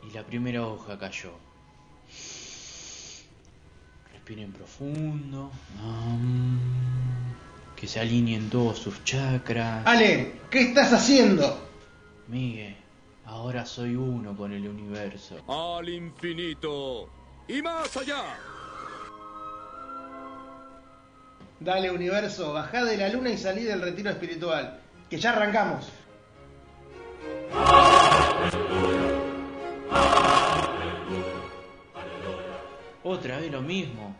y la primera hoja cayó. Respiren profundo. Que se alineen todos sus chakras. Ale, ¿qué estás haciendo? Miguel, ahora soy uno con el universo. Al infinito y más allá. Dale, universo, bajá de la luna y salí del retiro espiritual. Que ya arrancamos. Otra vez lo mismo.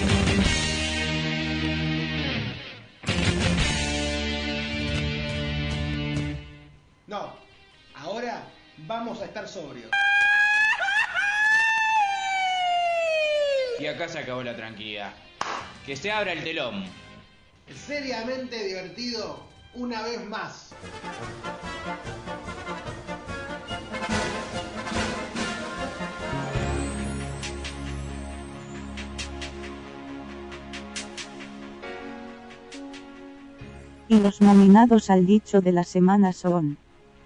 No, ahora vamos a estar sobrios. Y acá se acabó la tranquilidad. Que se abra el telón. Seriamente divertido una vez más. Y los nominados al dicho de la semana son...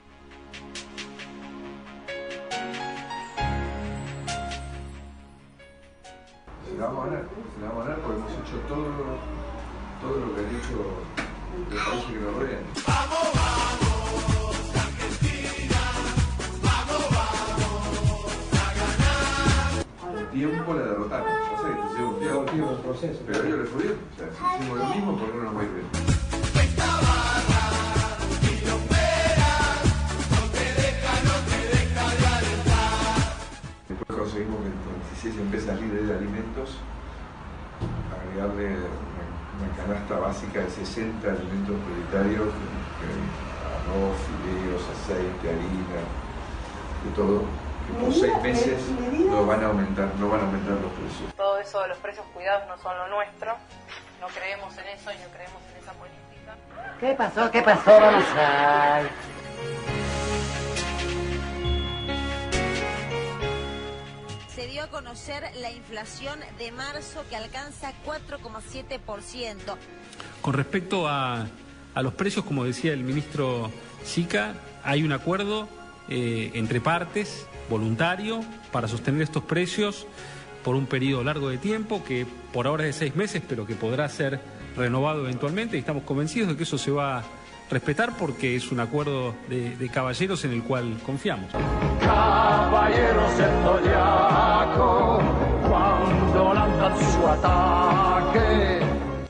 Se la vamos a ganar porque hemos hecho todo lo que han hecho los países que nos rodean. ¡Vamos, vamos, Argentina! ¡Vamos, vamos, a ganar! Un tiempo la derrotaron, yo sé, lleva un tiempo, pero ellos les fue bien. O sea, si hicimos lo mismo, ¿por qué no nos va a ir bien? Después conseguimos que el 16 empresas libres de alimentos agregarle una canasta básica de 60 alimentos prioritarios, arroz, fideos, aceite, harina, de todo, que por 6 meses no van a aumentar los precios. Todo eso de los precios cuidados no son lo nuestro, no creemos en eso y no creemos en esa política. ¿Qué pasó? ¿Qué pasó? Vamos a... Se dio a conocer la inflación de marzo que alcanza 4,7%. Con respecto a los precios, como decía el ministro Sica, hay un acuerdo entre partes, voluntario, para sostener estos precios por un periodo largo de tiempo, que por ahora es de 6 meses, pero que podrá ser renovado eventualmente, y estamos convencidos de que eso se va a respetar porque es un acuerdo de caballeros en el cual confiamos. Caballeros el zodiaco, cuando lanzan su ataque.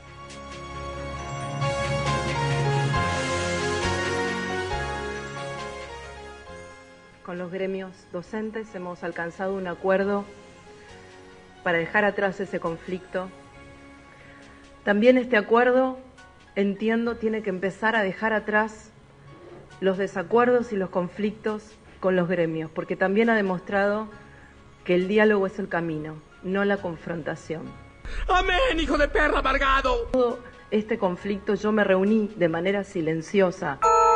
Con los gremios docentes hemos alcanzado un acuerdo para dejar atrás ese conflicto. También este acuerdo, entiendo, tiene que empezar a dejar atrás los desacuerdos y los conflictos con los gremios, porque también ha demostrado que el diálogo es el camino, no la confrontación. ¡Amén, hijo de perra amargado! Todo este conflicto yo me reuní de manera silenciosa.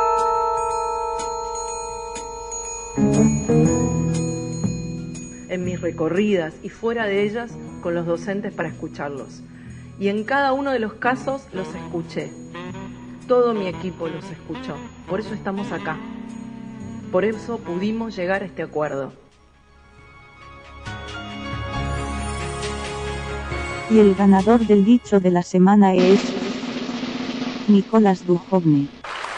En mis recorridas y fuera de ellas con los docentes para escucharlos. Y en cada uno de los casos los escuché. Todo mi equipo los escuchó. Por eso estamos acá. Por eso pudimos llegar a este acuerdo. Y el ganador del dicho de la semana es... Nicolás Dujovne.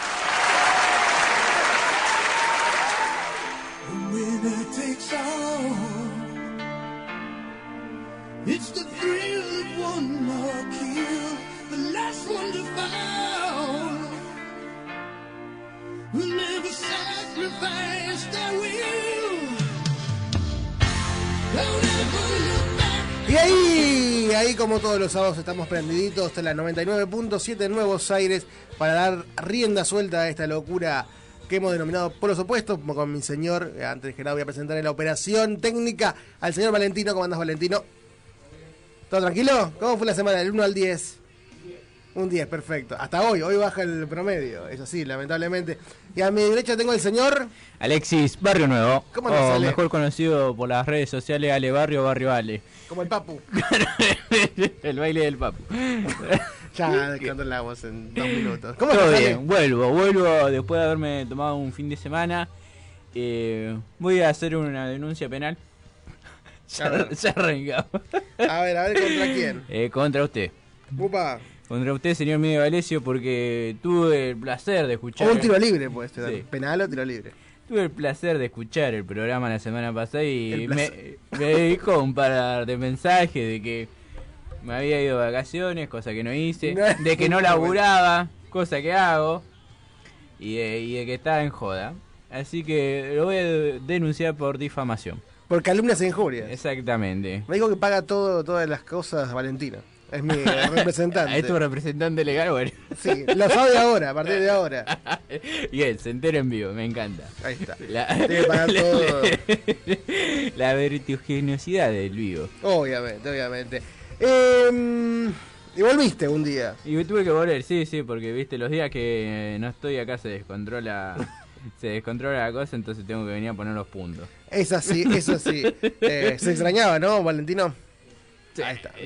Y ahí como todos los sábados estamos prendiditos en la 99.7 en Nuevos Aires para dar rienda suelta a esta locura que hemos denominado Polos Opuestos, como con mi señor. Antes que nada voy a presentar en la operación técnica al señor Valentino. ¿Cómo andás, Valentino? ¿Todo tranquilo? ¿Cómo fue la semana del 1 al 10? Un 10, perfecto. Hasta hoy baja el promedio, eso sí, lamentablemente. Y a mi derecha tengo al señor... Alexis Barrio Nuevo, ¿Cómo nos sale? Mejor conocido por las redes sociales Ale Barrio, Barrio Ale. Como el Papu. El baile del Papu. Ya descontrolamos en 2 minutos. ¿Cómo Todo te sale? bien, vuelvo después de haberme tomado un fin de semana Voy a hacer una denuncia penal. Ya arrancamos. A ver, ¿contra quién? Contra usted. Upa. Contra usted, señor Miguel Valesio, porque tuve el placer de escuchar... O un tiro libre, pues, sí. Penal o tiro libre. Tuve el placer de escuchar el programa la semana pasada y me dedicó un par de mensajes de que me había ido de vacaciones, cosa que no hice, de que no laburaba, cosa que hago, y de que estaba en joda. Así que lo voy a denunciar por difamación. Por calumnias e injurias. Exactamente. Me dijo que paga todas las cosas Valentina. Es mi representante. ¿Es tu representante legal? Bueno. Sí, lo sabe ahora, a partir de ahora. Bien, se entera en vivo, me encanta. Ahí está. Debe pagar todo. La vertiginosidad del vivo. Obviamente. Y volviste un día. Y tuve que volver, sí, porque viste, los días que no estoy acá se descontrola la cosa, entonces tengo que venir a poner los puntos. Es así. Se extrañaba, ¿no, Valentino? Sí. Ahí está.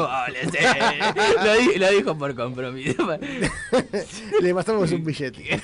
Lo dijo por compromiso. Le pasamos un billete.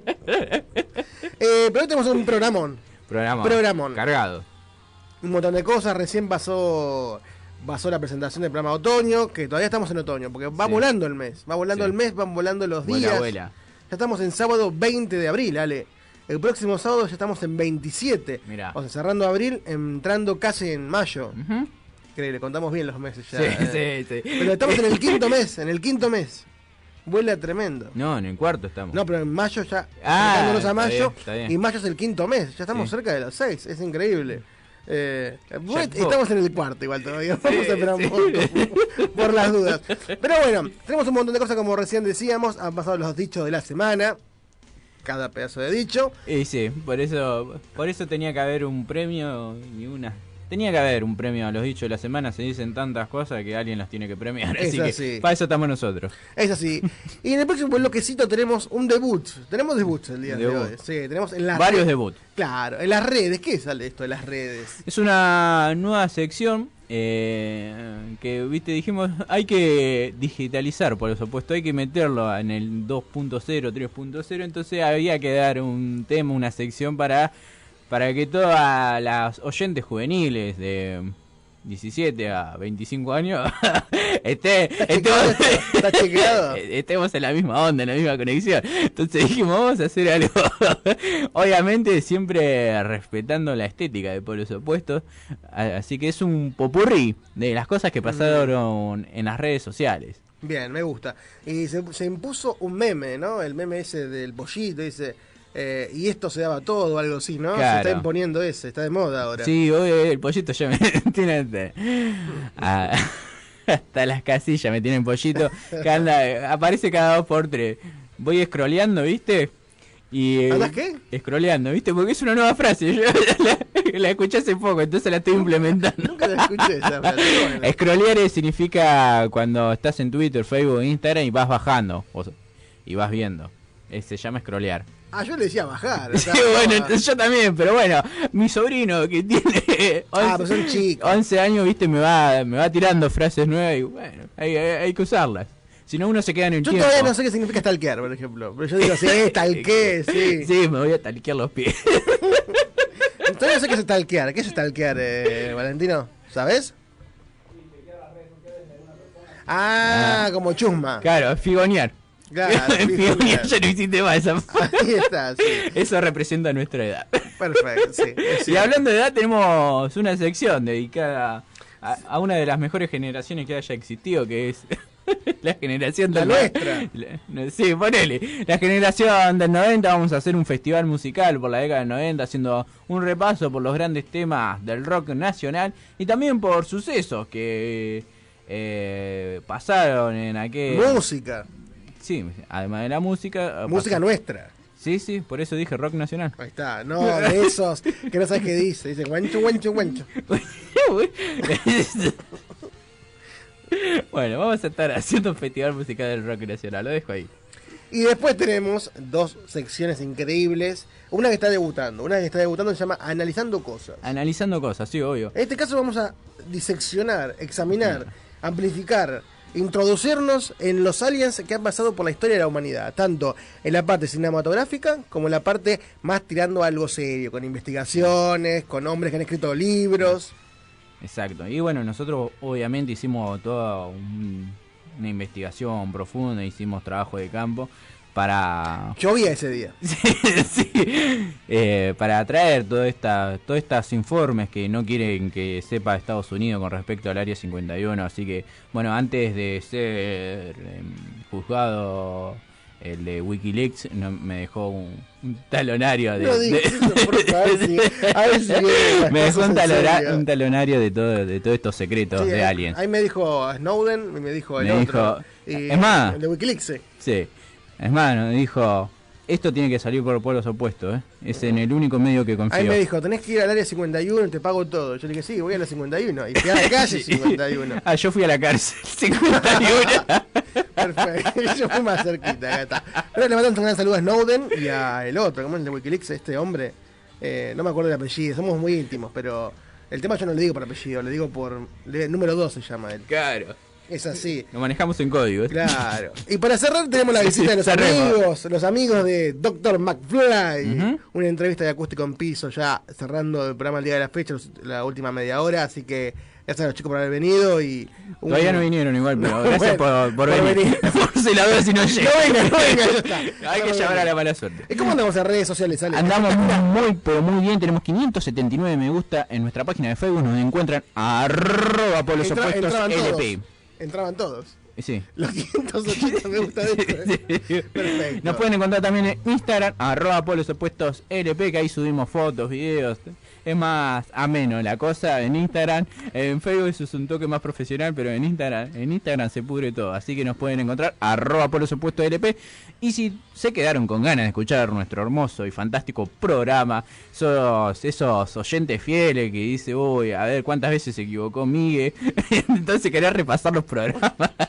Pero hoy tenemos un programón. Cargado. Un montón de cosas. Recién pasó la presentación del programa Otoño, que todavía estamos en otoño, porque va volando el mes. Va volando el mes, van volando los días. Vuela. Ya estamos en sábado 20 de abril, Ale. El próximo sábado ya estamos en 27. Mirá. O sea, cerrando abril, entrando casi en mayo. Le contamos bien los meses ya. Sí. Pero estamos en el quinto mes. Vuela tremendo. No, en el cuarto estamos. No, pero en mayo ya, acercándonos a mayo, está bien. y mayo es el quinto mes. Ya estamos cerca de los 6, es increíble. Estamos en el cuarto igual todavía. Vamos a esperar un poco por las dudas. Pero bueno, tenemos un montón de cosas como recién decíamos. Han pasado los dichos de la semana. Cada pedazo de dicho. Y sí, por eso tenía que haber un premio Tenía que haber un premio a los dichos de la semana. Se dicen tantas cosas que alguien las tiene que premiar. Así que para eso estamos nosotros. Es así. Y en el próximo bloquecito tenemos un debut. Tenemos debuts el día de hoy. Sí, tenemos en las varios debuts. Claro, en las redes. ¿Qué sale esto de las redes? Es una nueva sección que, viste, dijimos, hay que digitalizar, por supuesto, hay que meterlo en el 2.0, 3.0. Entonces había que dar un tema, una sección para que todas las oyentes juveniles de 17 a 25 años estemos en la misma onda, en la misma conexión. Entonces dijimos, vamos a hacer algo, obviamente siempre respetando la estética de Polos Opuestos. Así que es un popurrí de las cosas que pasaron en las redes sociales. Bien, me gusta. Y se impuso un meme, ¿no? El meme ese del pollito, dice... y esto se daba todo, algo así, ¿no? Claro. Se está imponiendo está de moda ahora. Sí, hoy el pollito ya me tiene hasta las casillas me tienen pollito, que anda, aparece cada 2x3. Voy scrolleando, ¿viste? Y ¿andás qué? Scrolleando, ¿viste? Porque es una nueva frase. Yo la escuché hace poco, entonces la estoy implementando. Nunca la escuché esa frase. Bueno. Scrollear significa cuando estás en Twitter, Facebook, Instagram y vas bajando y vas viendo. Se llama scrollear. Yo le decía bajar. Sí, bueno, entonces yo también, pero bueno, mi sobrino que tiene 11 años, viste, me va tirando frases nuevas y bueno, hay que usarlas. Si no, uno se queda en el tiempo. Yo todavía no sé qué significa stalkear, por ejemplo. Pero yo digo, sí, stalkeé, sí. Sí, me voy a stalkear los pies. Todavía no sé qué es stalkear. ¿Qué es stalkear, Valentino? ¿Sabes? Como chusma. Claro, figonear. Claro, ya no hiciste más esa. Ahí está, sí. Eso representa nuestra edad. Perfecto, sí. Y hablando de edad, tenemos una sección dedicada a una de las mejores generaciones que haya existido, que es la generación del nuestra. Sí, ponele. La generación del 90. Vamos a hacer un festival musical por la década del 90, haciendo un repaso por los grandes temas del rock nacional y también por sucesos que pasaron en aquel... Música. Sí, además de la música... Música nuestra. Sí, por eso dije rock nacional. Ahí está, no, de esos que no sabes qué dice. Dice guancho. Bueno, vamos a estar haciendo un festival musical del rock nacional, lo dejo ahí. Y después tenemos dos secciones increíbles. Una que está debutando se llama Analizando Cosas. Analizando cosas, sí, obvio. En este caso vamos a diseccionar, examinar, amplificar introducirnos en los aliens que han pasado por la historia de la humanidad, tanto en la parte cinematográfica como en la parte más tirando a algo serio, con investigaciones, con hombres que han escrito libros. Exacto. Y bueno, nosotros obviamente hicimos toda una investigación profunda, hicimos trabajo de campo para... Llovía ese día. Sí, para traer todos estos informes que no quieren que sepa Estados Unidos con respecto al Área 51. Así que, bueno, antes de ser juzgado el de Wikileaks, me dejó un talonario de... No digas eso, por favor, a ver si me dejó un talonario de todos estos secretos de aliens. Ahí me dijo Snowden y me dijo el otro. Y es más, el de Wikileaks, sí. Es más, me dijo, esto tiene que salir por polos opuestos, ¿eh? Es en el único medio que confío. Ahí me dijo, tenés que ir al área 51 y te pago todo. Yo le dije, sí, voy a la 51. Y fui a la calle 51. Ah, yo fui a la cárcel 51. Perfecto, yo fui más cerquita, acá está. Pero le mandamos un gran saludo a Snowden y a el otro, como es el de Wikileaks, este hombre. No me acuerdo el apellido, somos muy íntimos, pero el tema yo no le digo por apellido, le digo por... número 2 se llama él. Claro. Es así. Lo manejamos en código. Claro. Y para cerrar tenemos la visita de los amigos de Dr. McFly. Una entrevista de Acústico en Piso ya cerrando el programa el día de la fecha, la última media hora. Así que gracias a los chicos por haber venido. Y todavía no vinieron igual, pero gracias por venir. Por si la veo si no llega. No venga, ya está. Hay que llamar a la mala suerte. ¿Y cómo andamos en redes sociales, Ale? Andamos muy, pero muy bien. Tenemos 579 me gusta en nuestra página de Facebook. Nos encuentran @polosopuestosLP. Entraban todos. Sí. Los 580 me gusta de esto. Perfecto. Nos pueden encontrar también en Instagram, @polosopuestosLP, que ahí subimos fotos, videos. Es más ameno la cosa en Instagram. En Facebook eso es un toque más profesional, pero en Instagram se pudre todo. Así que nos pueden encontrar @polosopuestosLP. Y si se quedaron con ganas de escuchar nuestro hermoso y fantástico programa, esos oyentes fieles que dice, uy, a ver cuántas veces se equivocó Miguel, entonces quería repasar los programas.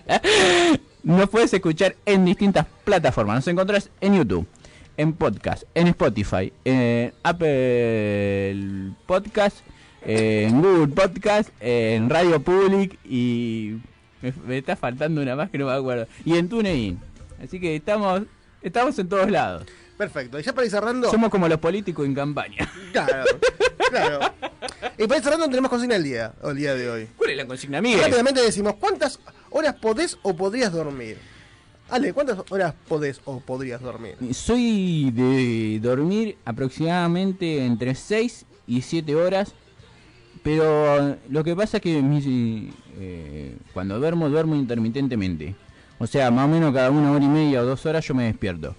Nos puedes escuchar en distintas plataformas. Nos encontrás en YouTube, en podcast, en Spotify, en Apple Podcast, en Google Podcast, en Radio Public y me está faltando una más que no me acuerdo, y en TuneIn. Así que estamos en todos lados. Perfecto. Y ya para ir cerrando, somos como los políticos en campaña. Claro. Y para ir cerrando tenemos consigna el día de hoy. ¿Cuál es la consigna, Miguel? Rápidamente decimos, ¿cuántas horas podés o podrías dormir? Ale, ¿cuántas horas podés o podrías dormir? Soy de dormir aproximadamente entre 6 y 7 horas, pero lo que pasa es que cuando duermo intermitentemente. O sea, más o menos cada 1 hora y media o 2 horas yo me despierto.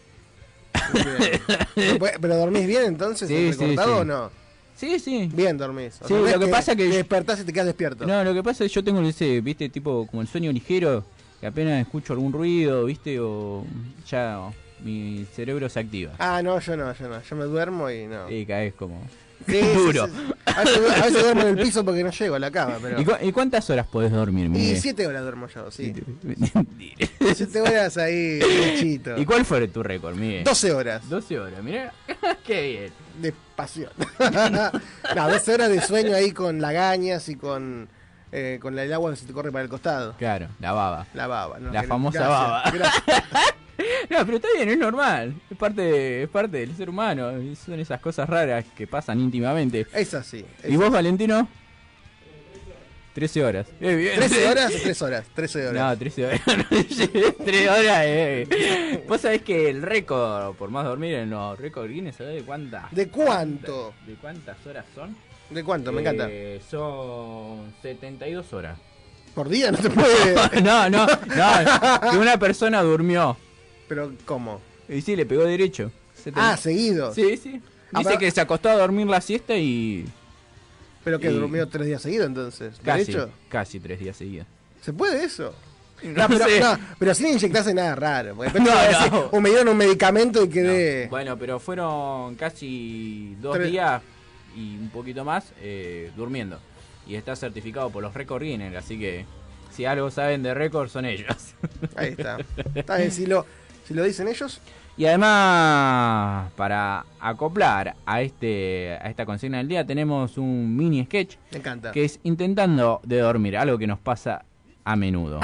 ¿Pero dormís bien entonces? Sí, ¿Recortado o no? Sí. Bien dormís. Sí, lo que pasa es que... Te despertás y te quedas despierto. No, lo que pasa es que yo tengo ese, viste, tipo como el sueño ligero, que apenas escucho algún ruido, viste, o ya mi cerebro se activa. Ah, no, yo no. Yo me duermo y no. Y caes como... Sí, duro. Sí. A veces duermo en el piso porque no llego a la cama, pero... ¿Y cuántas horas podés dormir, Miguel? Y 7 horas duermo yo, sí. 7 horas ahí, derechito. ¿Y cuál fue tu récord, Miguel? 12 horas. 12 horas, mirá. Qué bien. De pasión. No, 12 horas de sueño ahí con lagañas y con el agua que se te corre para el costado. Claro, la baba. No, la famosa baba. No, pero está bien, es normal. Es parte del ser humano. Son esas cosas raras que pasan íntimamente. Es así. ¿Y vos, Valentino? 13 horas. Bien. ¿13 horas o 3 horas? 13 horas. No, 13 horas. 3 horas. Vos sabés que el récord por más dormir en los récords Guinness, ¿sabés de cuántas? ¿De cuánto? ¿De cuántas horas son? ¿De cuánto? Me encanta. Son 72 horas. ¿Por día? No te puede... No. Que una persona durmió. ¿Pero cómo? Y sí, le pegó derecho. ¿Seguido? Sí. Dice que se acostó a dormir la siesta y... ¿Pero que durmió 3 días seguidos entonces? Casi 3 días seguidos. ¿Se puede eso? No, pero sin inyectarse nada raro. No. O me dieron un medicamento y quedé... No. Bueno, pero fueron casi 2 días y un poquito más durmiendo. Y está certificado por los Record Guinness, así que si algo saben de récord son ellos. Ahí está. Está bien, si lo dicen ellos. Y además, para acoplar a esta consigna del día, tenemos un mini sketch. Me encanta. Que es intentando de dormir, algo que nos pasa a menudo.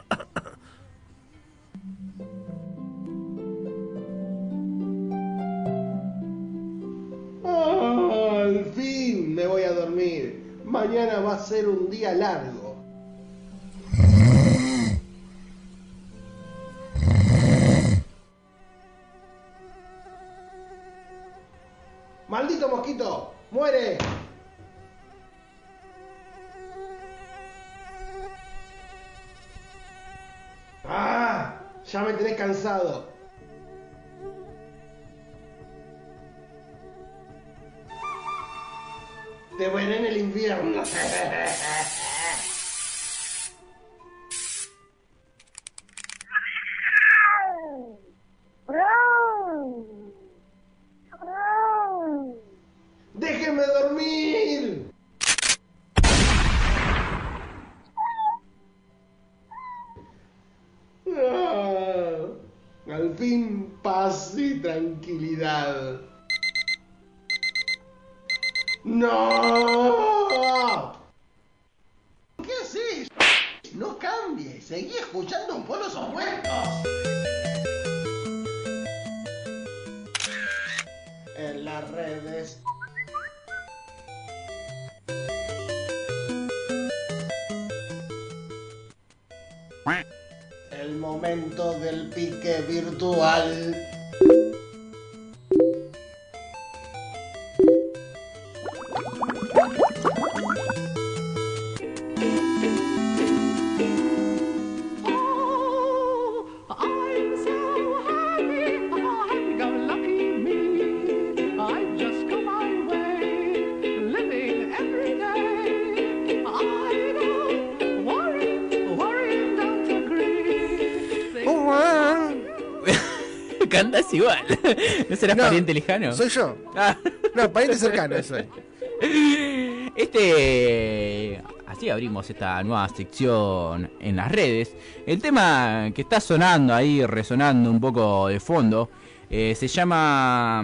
Al fin me voy a dormir. Mañana va a ser un día largo. ¡Maldito mosquito! ¡Muere! ¡Ah! Ya me tenés cansado. Te veré en el infierno. ¡Déjenme dormir! Al fin paz y tranquilidad. ¡No! ¿Qué haces? No cambies, seguí escuchando un Polos Opuestos. En las redes. El momento del pique virtual. Cantas igual. ¿No serás pariente lejano? Soy yo. No, pariente cercano soy. Así abrimos esta nueva sección en las redes. El tema que está sonando ahí, resonando un poco de fondo, se llama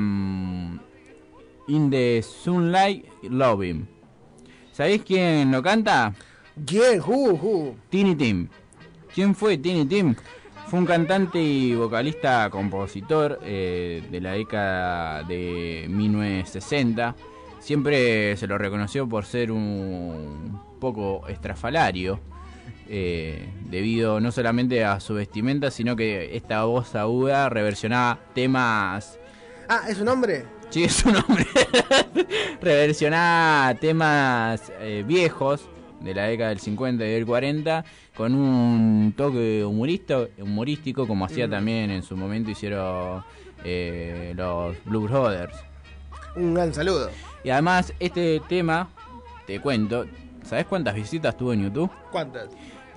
In the Sunlight Loving. ¿Sabéis quién lo canta? ¿Quién? Who? Tiny Tim. ¿Quién fue Tiny Tim? Fue un cantante y vocalista compositor de la década de 1960. Siempre se lo reconoció por ser un poco estrafalario, debido no solamente a su vestimenta, sino que esta voz aguda reversionaba temas... Ah, ¿es un hombre? Sí, es un hombre. Reversionaba temas viejos de la década del 50 y del 40 con un toque humorístico, como hacía también en su momento hicieron los Blues Brothers. Un gran saludo. Y además este tema, te cuento, ¿sabes cuántas visitas tuvo en YouTube? ¿Cuántas?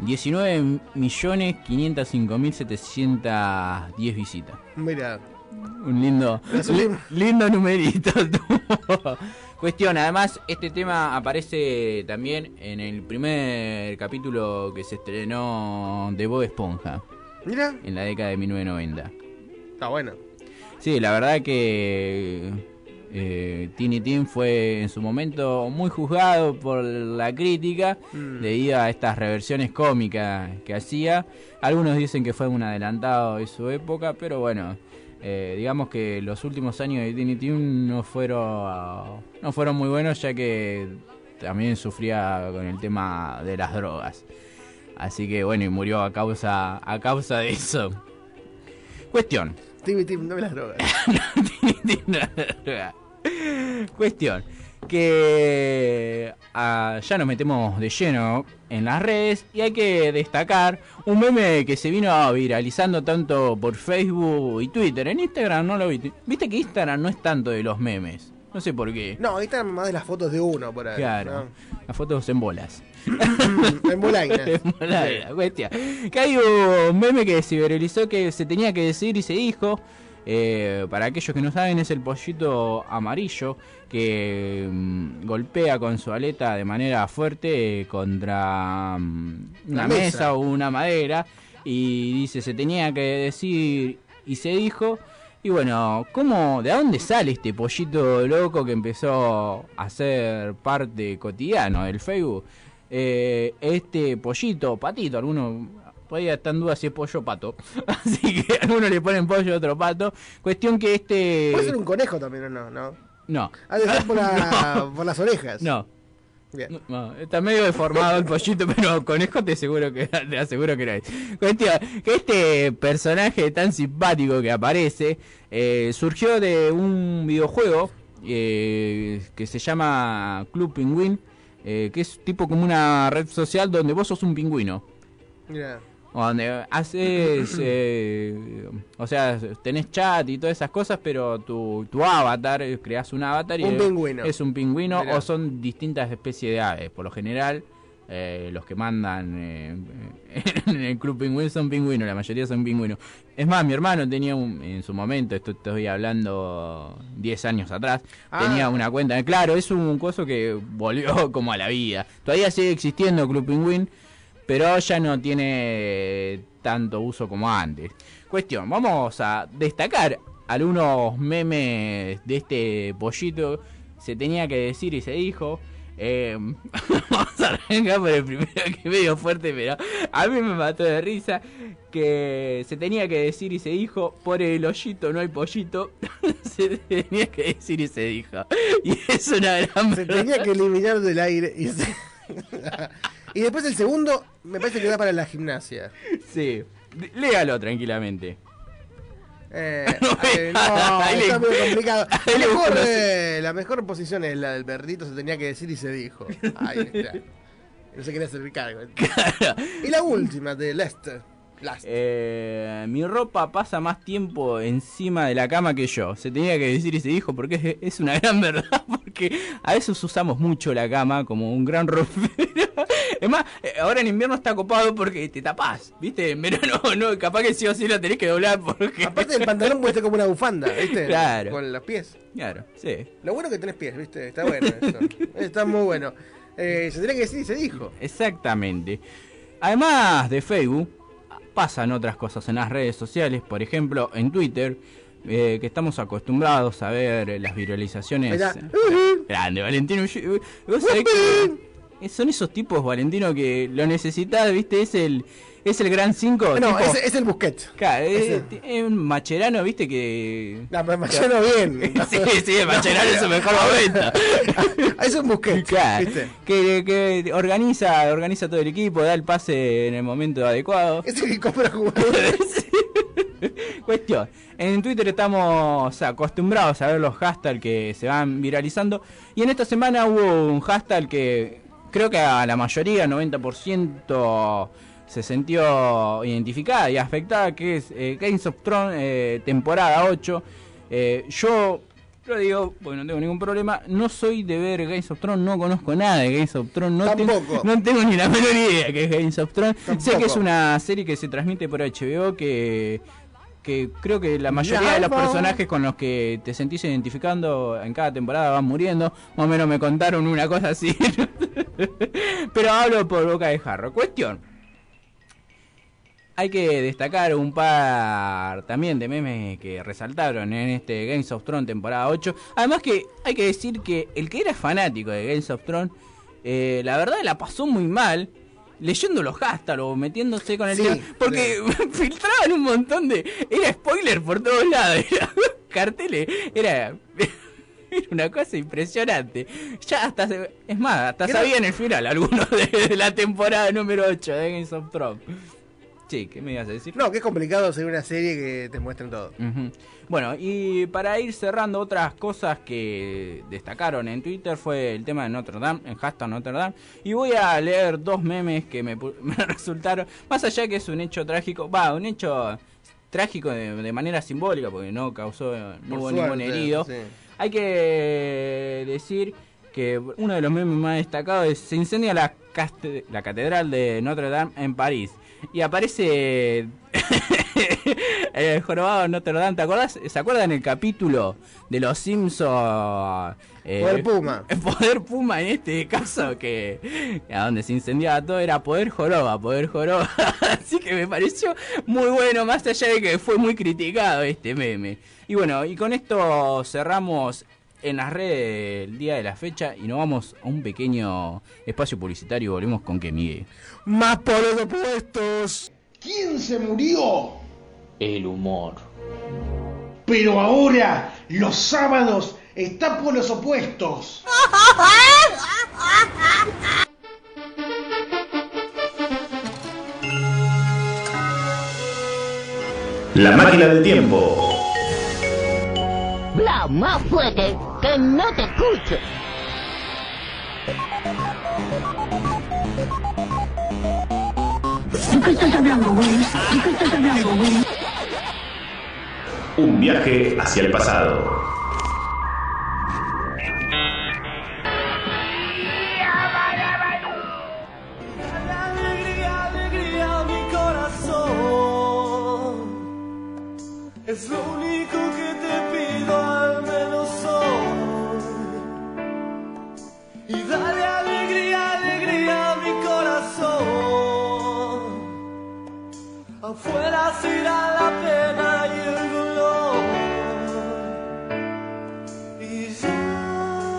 19.005.710 visitas. Mira. Un lindo numerito tuvo. Cuestión, además este tema aparece también en el primer capítulo que se estrenó de Bob Esponja. Mira. En la década de 1990. Está bueno. Sí, la verdad que Tiny Tim fue en su momento muy juzgado por la crítica debido a estas reversiones cómicas que hacía. Algunos dicen que fue un adelantado de su época, pero bueno, digamos que los últimos años de Tiny Tim no fueron muy buenos, ya que también sufría con el tema de las drogas. Así que bueno, y murió a causa de eso. Cuestión. Tiny Tim, no me las drogas. Tiny Tim, no me las drogas. Cuestión que ya nos metemos de lleno en las redes y hay que destacar un meme que se vino viralizando tanto por Facebook y Twitter. En Instagram no lo viste. Viste que Instagram no es tanto de los memes. No sé por qué. No, Instagram más de las fotos de uno por ahí. Claro, ¿no? Las fotos en bolas. En bolainas. En bolainas, sí. Cuestión. Que hay un meme que se viralizó que se tenía que decir y se dijo. Para aquellos que no saben, es el pollito amarillo que golpea con su aleta de manera fuerte contra una mesa o una madera y dice se tenía que decir y se dijo. Y bueno, ¿de dónde sale este pollito loco que empezó a ser parte cotidiano del Facebook? este pollito, patito, algunos todavía está en duda si es pollo o pato, así que algunos le ponen pollo, otro pato. Cuestión que puede ser un conejo también, ¿o no? No. Ha de ser por las orejas. No. Bien. No, está medio deformado el pollito, pero conejo te aseguro que no es. Cuestión que este personaje tan simpático que aparece surgió de un videojuego que se llama Club Penguin, que es tipo como una red social donde vos sos un pingüino. Yeah. Donde haces, o sea, tenés chat y todas esas cosas, pero tu avatar, creás un avatar y pingüino. Es un pingüino. Mirá. O son distintas especies de aves. Por lo general, los que mandan en el Club Pingüino son pingüinos, la mayoría son pingüinos. Es más, mi hermano tenía en su momento, esto estoy hablando 10 años atrás, tenía una cuenta. Claro, es un coso que volvió como a la vida. Todavía sigue existiendo Club Pingüín, pero ya no tiene tanto uso como antes. Cuestión, vamos a destacar algunos memes de este pollito. Se tenía que decir y se dijo. Vamos a arrancar por el primero, que es medio fuerte, pero a mí me mató de risa. Que se tenía que decir y se dijo: por el hoyito no hay pollito. Se tenía que decir y se dijo. Y es una gran Se tenía que eliminar del aire y después el segundo me parece que da para la gimnasia. Sí, léalo tranquilamente. Está muy complicado. La mejor posición es la del perrito, se tenía que decir y se dijo. Ahí está. No se quería hacer cargo. Y la última de Lester. Mi ropa pasa más tiempo encima de la cama que yo. Se tenía que decir y se dijo porque es una gran verdad. Porque a veces usamos mucho la cama como un gran ropero. Es más, ahora en invierno está copado porque te tapás, ¿viste? En verano no, capaz que sí o sí lo tenés que doblar porque... Aparte del pantalón puede ser como una bufanda, ¿viste? Claro. Con los pies. Claro, sí. Lo bueno que tenés pies, ¿viste? Está bueno eso. Está muy bueno. Se tenía que decir y se dijo. Exactamente. Además de Facebook, pasan otras cosas en las redes sociales. Por ejemplo, en Twitter, que estamos acostumbrados a ver las viralizaciones. Grande, Valentino. Vos sabés que son esos tipos, Valentino, que lo necesitas, ¿viste? Es el Gran 5. No, tipo, es el Busquets. Claro, es un Macherano, ¿viste? Que... No, pero Macherano bien. sí, el Macherano es su mejor momento. Es un Busquets, claro, ¿viste? Que organiza todo el equipo, da el pase en el momento adecuado. Es el que compra jugadores. Cuestión, en Twitter estamos acostumbrados a ver los hashtags que se van viralizando. Y en esta semana hubo un hashtag que creo que a la mayoría, 90%, se sintió identificada y afectada, que es Games of Thrones temporada 8. Yo lo digo porque no tengo ningún problema, no soy de ver Games of Thrones, no conozco nada de Games of Thrones, no tengo ni la menor idea que es Games of Thrones. Sé que es una serie que se transmite por HBO, que creo que la mayoría de los personajes con los que te sentís identificando en cada temporada van muriendo. Más o menos me contaron una cosa así. Pero hablo por boca de jarro. Cuestión, hay que destacar un par también de memes que resaltaron en este Games of Thrones temporada 8. Además que hay que decir que el que era fanático de Games of Thrones, la verdad la pasó muy mal leyendo los hashtags o metiéndose con el tema, porque filtraban un montón de... Era spoiler por todos lados, era carteles, era una cosa impresionante. Ya hasta sabían el final algunos de la temporada número 8 de Games of Thrones. Sí, ¿qué me ibas a decir? No, que es complicado seguir una serie que te muestren todo. Bueno, y para ir cerrando, otras cosas que destacaron en Twitter fue el tema de Notre Dame, el hashtag Notre Dame. Y voy a leer dos memes que me resultaron, más allá que es un hecho trágico, un hecho trágico de manera simbólica, porque no hubo ningún herido. Sí. Hay que decir que uno de los memes más destacados es: se incendia la catedral de Notre Dame en París. Y aparece el jorobado Notre Dame. ¿Te acordás? ¿Se acuerdan el capítulo de Los Simpsons? Poder Puma. Poder Puma en este caso, que a donde se incendiaba todo era Poder Joroba. Así que me pareció muy bueno, más allá de que fue muy criticado este meme. Y bueno, y con esto cerramos en las redes el día de la fecha y nos vamos a un pequeño espacio publicitario y volvemos con que Miguel. Más polos opuestos. ¿Quién se murió? El humor. Pero ahora, los sábados, está Polos Opuestos. La máquina del tiempo. Bla, más fuerte, que no te escucho. ¿De qué estás hablando, güey? ¿De qué estás hablando, güey? Un viaje hacia el pasado. Alegría, alegría, mi corazón. Es lo único que te pido, al menos hoy. Y dale alegría, alegría a mi corazón. Afuera se irá la pena y el dolor. Y ya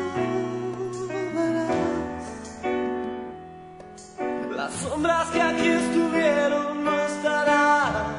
verás, las sombras que aquí estuvieron no estarán.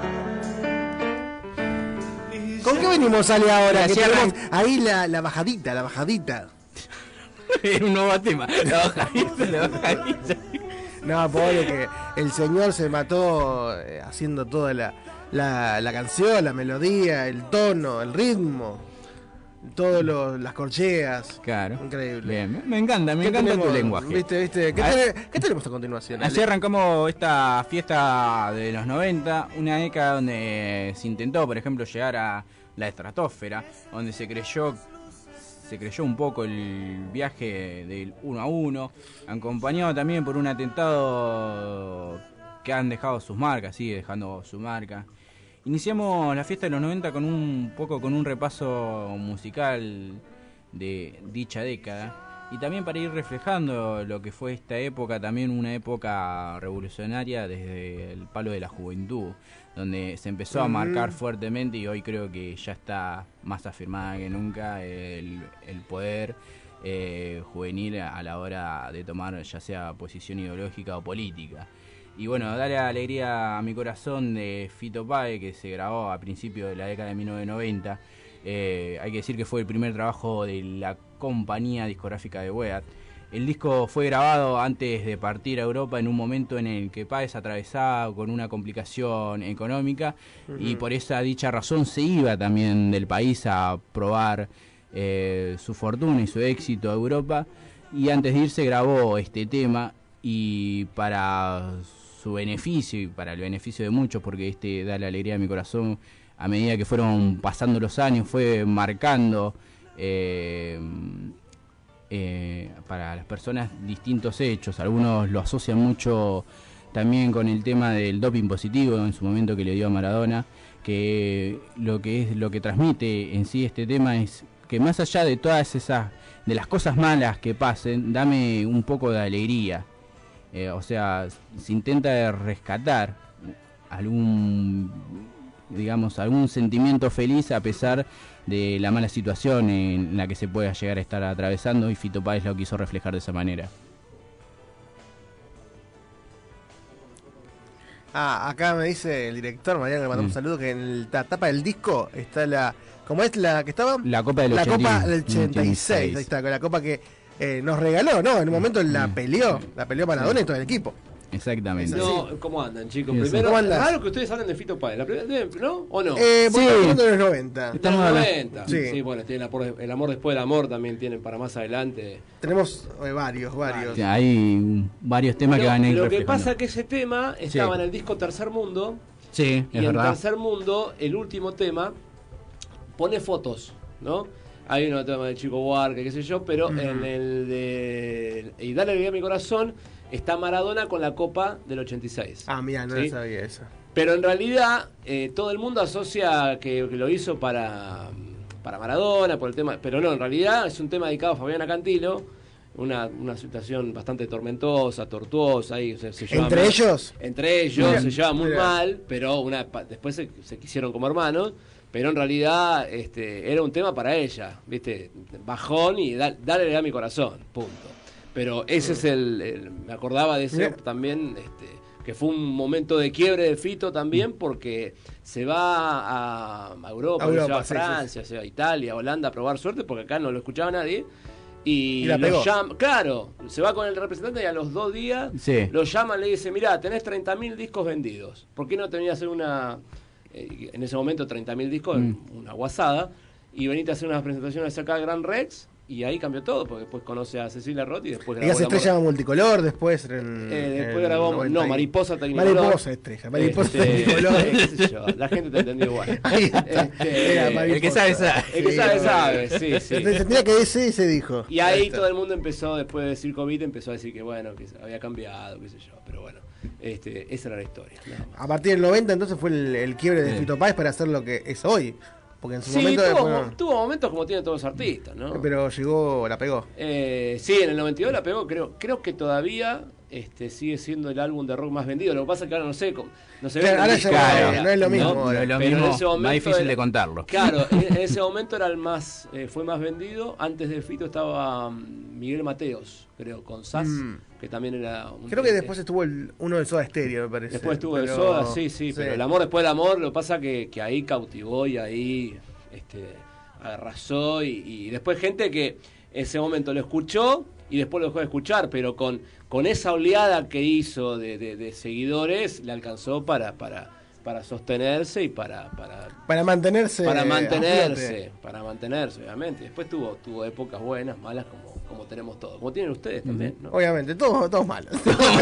¿Con qué venimos, Ale, ahora? Que Cierran. tenemos ahí la bajadita, la bajadita. Era un nuevo tema. La bajadita. No, pobre que el señor se mató haciendo toda la canción, la melodía, el tono, el ritmo, todas las corcheas. Claro. Increíble. Bien, me encanta tu lenguaje. ¿Viste? ¿Qué tenemos a continuación? Así Ale? arrancamos esta fiesta de los 90, una década donde se intentó, por ejemplo, llegar a la estratosfera, donde se creyó un poco el viaje del 1 a 1, acompañado también por un atentado que han dejado sus marcas, sigue dejando su marca. Iniciamos la fiesta de los 90 con un repaso musical de dicha década y también para ir reflejando lo que fue esta época, también una época revolucionaria desde el palo de la juventud, donde se empezó a marcar fuertemente y hoy creo que ya está más afirmada que nunca el poder juvenil a la hora de tomar ya sea posición ideológica o política. Y bueno, Dale alegría a mi corazón de Fito Páez, que se grabó a principios de la década de 1990. Hay que decir que fue el primer trabajo de la compañía discográfica de Weat. El disco fue grabado antes de partir a Europa en un momento en el que Páez atravesaba con una complicación económica y por esa dicha razón se iba también del país a probar su fortuna y su éxito a Europa, y antes de irse grabó este tema y para su beneficio y para el beneficio de muchos, porque este Da la alegría a mi corazón, a medida que fueron pasando los años, fue marcando para las personas distintos hechos. Algunos lo asocian mucho también con el tema del doping positivo en su momento que le dio a Maradona, que lo que transmite en sí este tema es que más allá de todas esas, de las cosas malas que pasen, dame un poco de alegría. O sea, se intenta rescatar algún sentimiento feliz a pesar de la mala situación en la que se pueda llegar a estar atravesando, y Fito Páez lo quiso reflejar de esa manera. Acá me dice el director, Mariano, le mandamos un saludo, que en la tapa del disco está ¿cómo es la que estaba? La Copa del 86, ahí está, con la copa que nos regaló, ¿no? En un momento la peleó Maradona y todo el equipo. Exactamente. No, ¿cómo andan, chicos? Eso. Primero, ¿Cómo andas? es raro que ustedes hablen de Fito Páez. La primera, ¿no? ¿O no? Estamos hablando de los 90. Estamos en los 90. Sí. Sí, bueno, tienen el amor después del amor, también tienen para más adelante. Tenemos varios. Hay varios temas que van a ir Lo que reflejando. pasa es que ese tema estaba en el disco Tercer Mundo. Sí, y es en verdad. Tercer Mundo, el último tema, pone fotos, ¿no? Hay un tema del Chico Buarque, qué sé yo, pero en el de Y Dale alegría a mi corazón está Maradona con la Copa del 86. Mira, no ¿sí? sabía eso. Pero en realidad todo el mundo asocia que lo hizo para Maradona, por el tema, pero no, en realidad es un tema dedicado a Fabiana Cantilo, una situación bastante tormentosa, tortuosa, ahí se lleva ¿Entre mal. ellos? Entre ellos Mira, se lleva muy mira. mal, pero después se quisieron como hermanos, pero en realidad era un tema para ella, ¿viste? Bajón y dale a mi corazón, punto. Pero ese es me acordaba de ese también, que fue un momento de quiebre de Fito también, porque se va a Europa, se va a Francia, se va a Italia, Holanda a probar suerte, porque acá no lo escuchaba nadie. Y lo llama, claro, se va con el representante y a los 2 días lo llaman, le dice, mirá, tenés 30.000 discos vendidos, ¿por qué no te venís a hacer en ese momento 30.000 discos, una guasada, y veniste a hacer unas presentaciones acá al Gran Rex? Y ahí cambió todo, porque después conoce a Cecilia Roth y después grabó. Ella se estrella multicolor, después. Después grabó. Mariposa Tecnicolor. Mariposa estrella. Mariposa Tecnicolor. La gente te entendió igual. Ahí está. El que sabe, sabe. El que sabe, sí. Tendría que ese se dijo. Y ahí todo el mundo empezó, después de decir COVID, empezó a decir que bueno, que había cambiado, qué sé yo. Pero bueno, esa era la historia. A partir del 90, entonces fue el quiebre de Fito Páez para hacer lo que es hoy. Porque en su momento tuvo momentos como tienen todos los artistas, ¿no? Pero la pegó. Sí, en el 92 la pegó, creo que todavía sigue siendo el álbum de rock más vendido. Lo que pasa es que ahora no sé claro, ahora ya no es lo mismo. No es lo mismo, más difícil de contarlo. Claro, en ese momento era fue más vendido. Antes de Fito estaba Miguel Mateos, creo, con Sass, que también era creo que después estuvo uno de Soda Stereo, me parece. Después estuvo el Soda, sí, pero el amor después del amor, lo que pasa que ahí cautivó y ahí arrasó y después gente que en ese momento lo escuchó y después lo dejó de escuchar, pero con esa oleada que hizo de seguidores le alcanzó para sostenerse y para mantenerse, obviamente. Después tuvo épocas buenas, malas, como tenemos todos, como tienen ustedes también, ¿no? Obviamente, todos malos.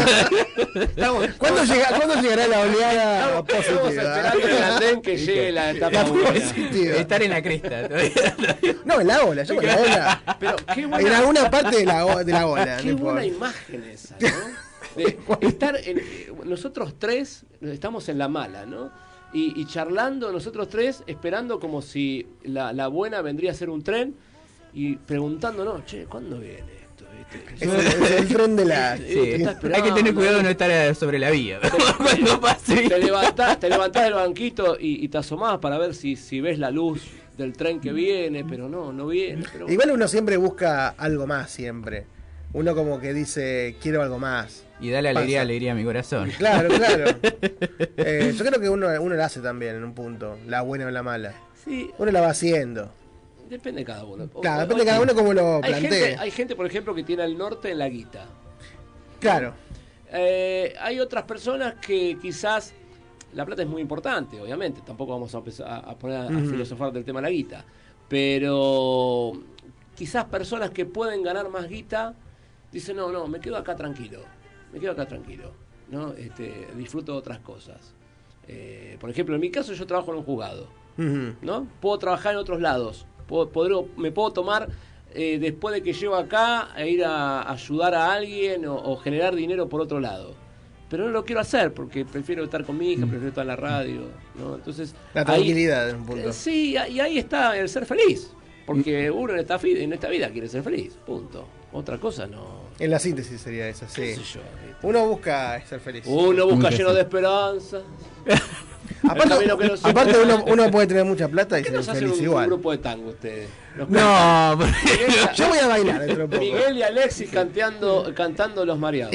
¿Cuándo llegará la oleada positiva? Estamos esperando el andén que llegue la etapa positiva. Estar en la cresta. No, en la ola, yo con la ola. Pero qué buena, en alguna parte de la ola. Qué buena imagen esa, ¿no? Nosotros tres estamos en la mala, ¿no? Y charlando nosotros tres, esperando como si la buena vendría a ser un tren y preguntándonos, che, ¿cuándo viene esto? Es el tren de la... Sí, hay que tener cuidado de no estar sobre la vía. Cuando pase. Te levantás del banquito y te asomás para ver si ves la luz del tren que viene, pero no viene. Pero... Igual uno siempre busca algo más, siempre. Uno como que dice, quiero algo más. Y dale alegría a mi corazón. Claro. Yo creo que uno la hace también en un punto, la buena o la mala. Sí. Uno la va haciendo. Depende de cada uno. Claro, depende de cada uno como lo plantee. Hay gente, por ejemplo, que tiene al norte en la guita. Claro. Hay otras personas que quizás la plata es muy importante, obviamente. Tampoco vamos a empezar a poner a filosofar del tema de la guita. Pero quizás personas que pueden ganar más guita dicen, no, me quedo acá tranquilo. ¿No? Disfruto de otras cosas. Por ejemplo, en mi caso yo trabajo en un juzgado, ¿no? Puedo trabajar en otros lados. Me puedo tomar después de que llego acá a ir a ayudar a alguien o generar dinero por otro lado. Pero no lo quiero hacer porque prefiero estar con mi hija, prefiero estar en la radio, ¿no? Entonces la tranquilidad en un punto. Sí, y ahí está el ser feliz. Porque uno en esta vida quiere ser feliz, punto. Otra cosa no. En la síntesis sería esa, sí. Uno busca ser feliz. Uno busca lleno de esperanza. Aparte uno puede tener mucha plata y ser feliz igual. Un grupo de tango ustedes. No, yo voy a bailar dentro de poco. Miguel y Alexis cantando Los Mareados.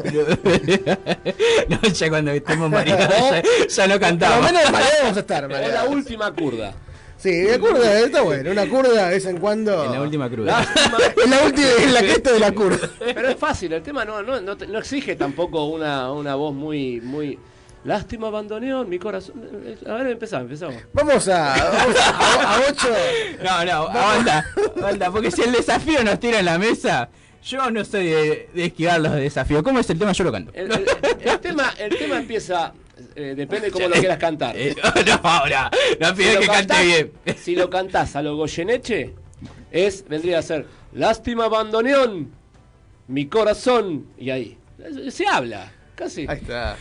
No, ya cuando estemos mareados ya no cantamos. Por lo menos vamos a estar mareados. O la última curda. Sí, la curda está bueno, una curda de vez en cuando. En la última cruda. En la cresta de la curda. Pero es fácil, el tema no exige tampoco una voz muy. Lástima, abandoneón, mi corazón. A ver, empezamos. Vamos a 8. No, aguanta, porque si el desafío nos tira en la mesa, yo no soy de esquivar los desafíos. ¿Cómo es el tema? Yo lo canto. El tema empieza. Depende de cómo lo quieras cantar. No pides que cante bien. Si lo cantás a lo Goyeneche, vendría a ser lástima, abandoneón, mi corazón. Y ahí se habla, casi. Ahí está.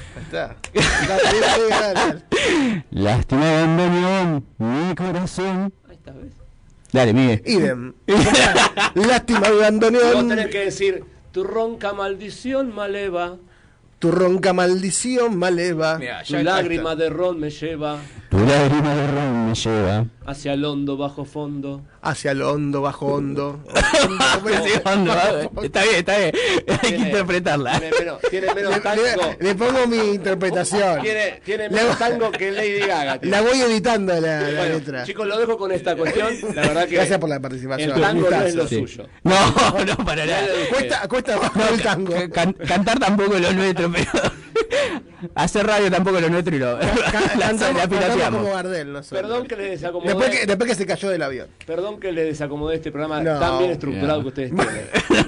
Lástima, abandoneón, mi corazón. Ahí está, ¿ves? Dale, Miguel. Idem. Lástima, abandoneón. Vos tenés que decir, tu ronca maldición maleva. Tu ronca maldición maleva. Tu lágrima de ron me lleva. Tu lágrima de ron me lleva. Hacia el hondo, bajo fondo. Hacia el hondo, bajo hondo. Está bien, hay que interpretarla. Tiene menos tango. Le pongo mi interpretación. Tiene menos tango que Lady Gaga. La voy editando la letra. Chicos, lo dejo con esta cuestión. La verdad que gracias por la participación. El tango no es lo suyo. No, para nada. Cuesta bajo el tango. Cantar tampoco es lo nuestro, pero hacer radio tampoco es lo nuestro y cantamos como Gardel, no sé. Perdón que le desacomodé. Después que se cayó del avión. Perdón que le desacomodé este programa tan bien estructurado que ustedes tienen.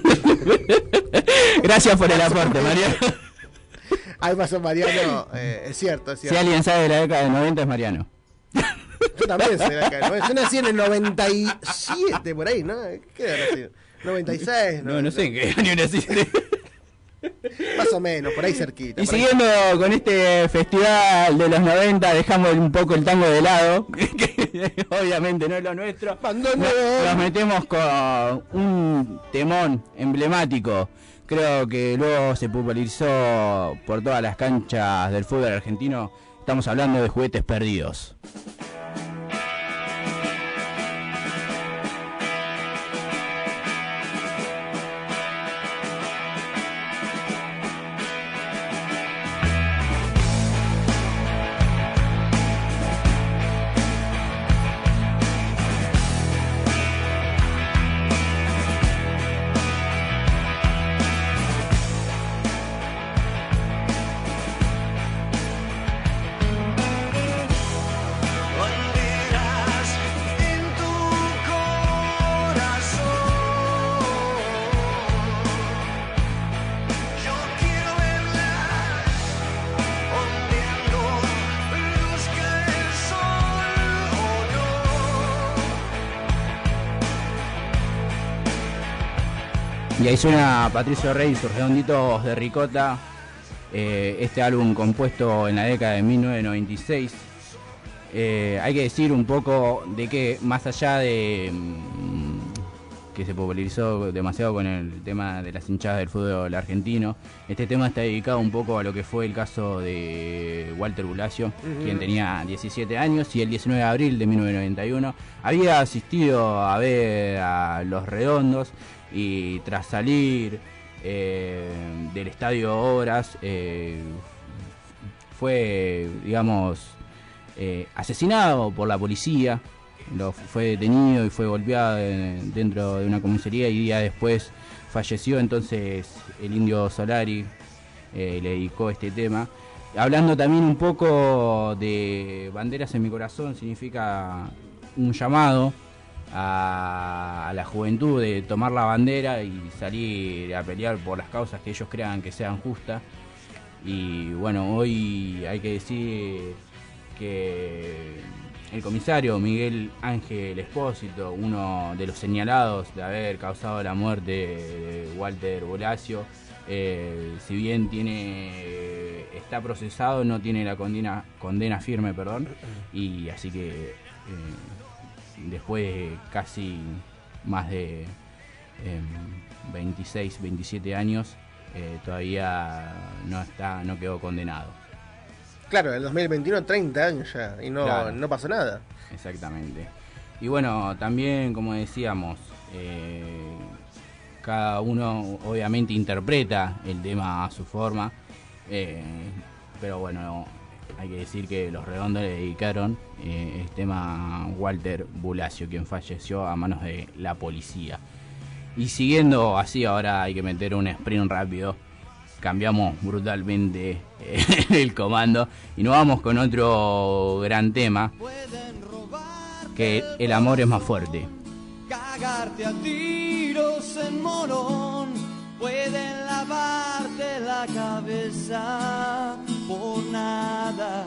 Gracias por el aporte, Mariano. Ahí pasó Mariano, es cierto. Si alguien sabe de la década del 90 es Mariano. Yo también soy de la década del 90. Yo nací en el 97, por ahí, ¿no? ¿Qué era nacido? 96. No sé en qué año nací. Más o menos, por ahí cerquita. Y siguiendo con este festival de los 90, dejamos un poco el tango de lado, que obviamente no es lo nuestro. Nos metemos con un temón emblemático. Creo que luego se popularizó por todas las canchas del fútbol argentino. Estamos hablando de Juguetes Perdidos. Y ahí suena Patricio Rey y sus Redonditos de Ricota, este álbum compuesto en la década de 1996. Hay que decir un poco de que, más allá de que se popularizó demasiado con el tema de las hinchadas del fútbol argentino, este tema está dedicado un poco a lo que fue el caso de Walter Bulacio, quien tenía 17 años y el 19 de abril de 1991 había asistido a ver a Los Redondos. Y tras salir del estadio Obras, fue, digamos, asesinado por la policía. Fue detenido y fue golpeado dentro de una comisaría y días después falleció. Entonces el Indio Solari le dedicó este tema. Hablando también un poco de Banderas en mi corazón, significa un llamado a la juventud de tomar la bandera y salir a pelear por las causas que ellos crean que sean justas. Y bueno, hoy hay que decir que el comisario Miguel Ángel Espósito, uno de los señalados de haber causado la muerte de Walter Bulacio, si bien está procesado, no tiene la condena firme, y así que después de casi más de 26, 27 años, todavía no quedó condenado. Claro, en el 2021 30 años ya y no pasó nada. Exactamente. Y bueno, también como decíamos, cada uno obviamente interpreta el tema a su forma, pero bueno, hay que decir que Los Redondos le dedicaron el tema a Walter Bulacio, quien falleció a manos de la policía. Y siguiendo así, ahora hay que meter un sprint rápido. Cambiamos brutalmente el comando y nos vamos con otro gran tema, que El amor es más fuerte. Cagarte a tiros en Morón, pueden lavarte la cabeza por nada.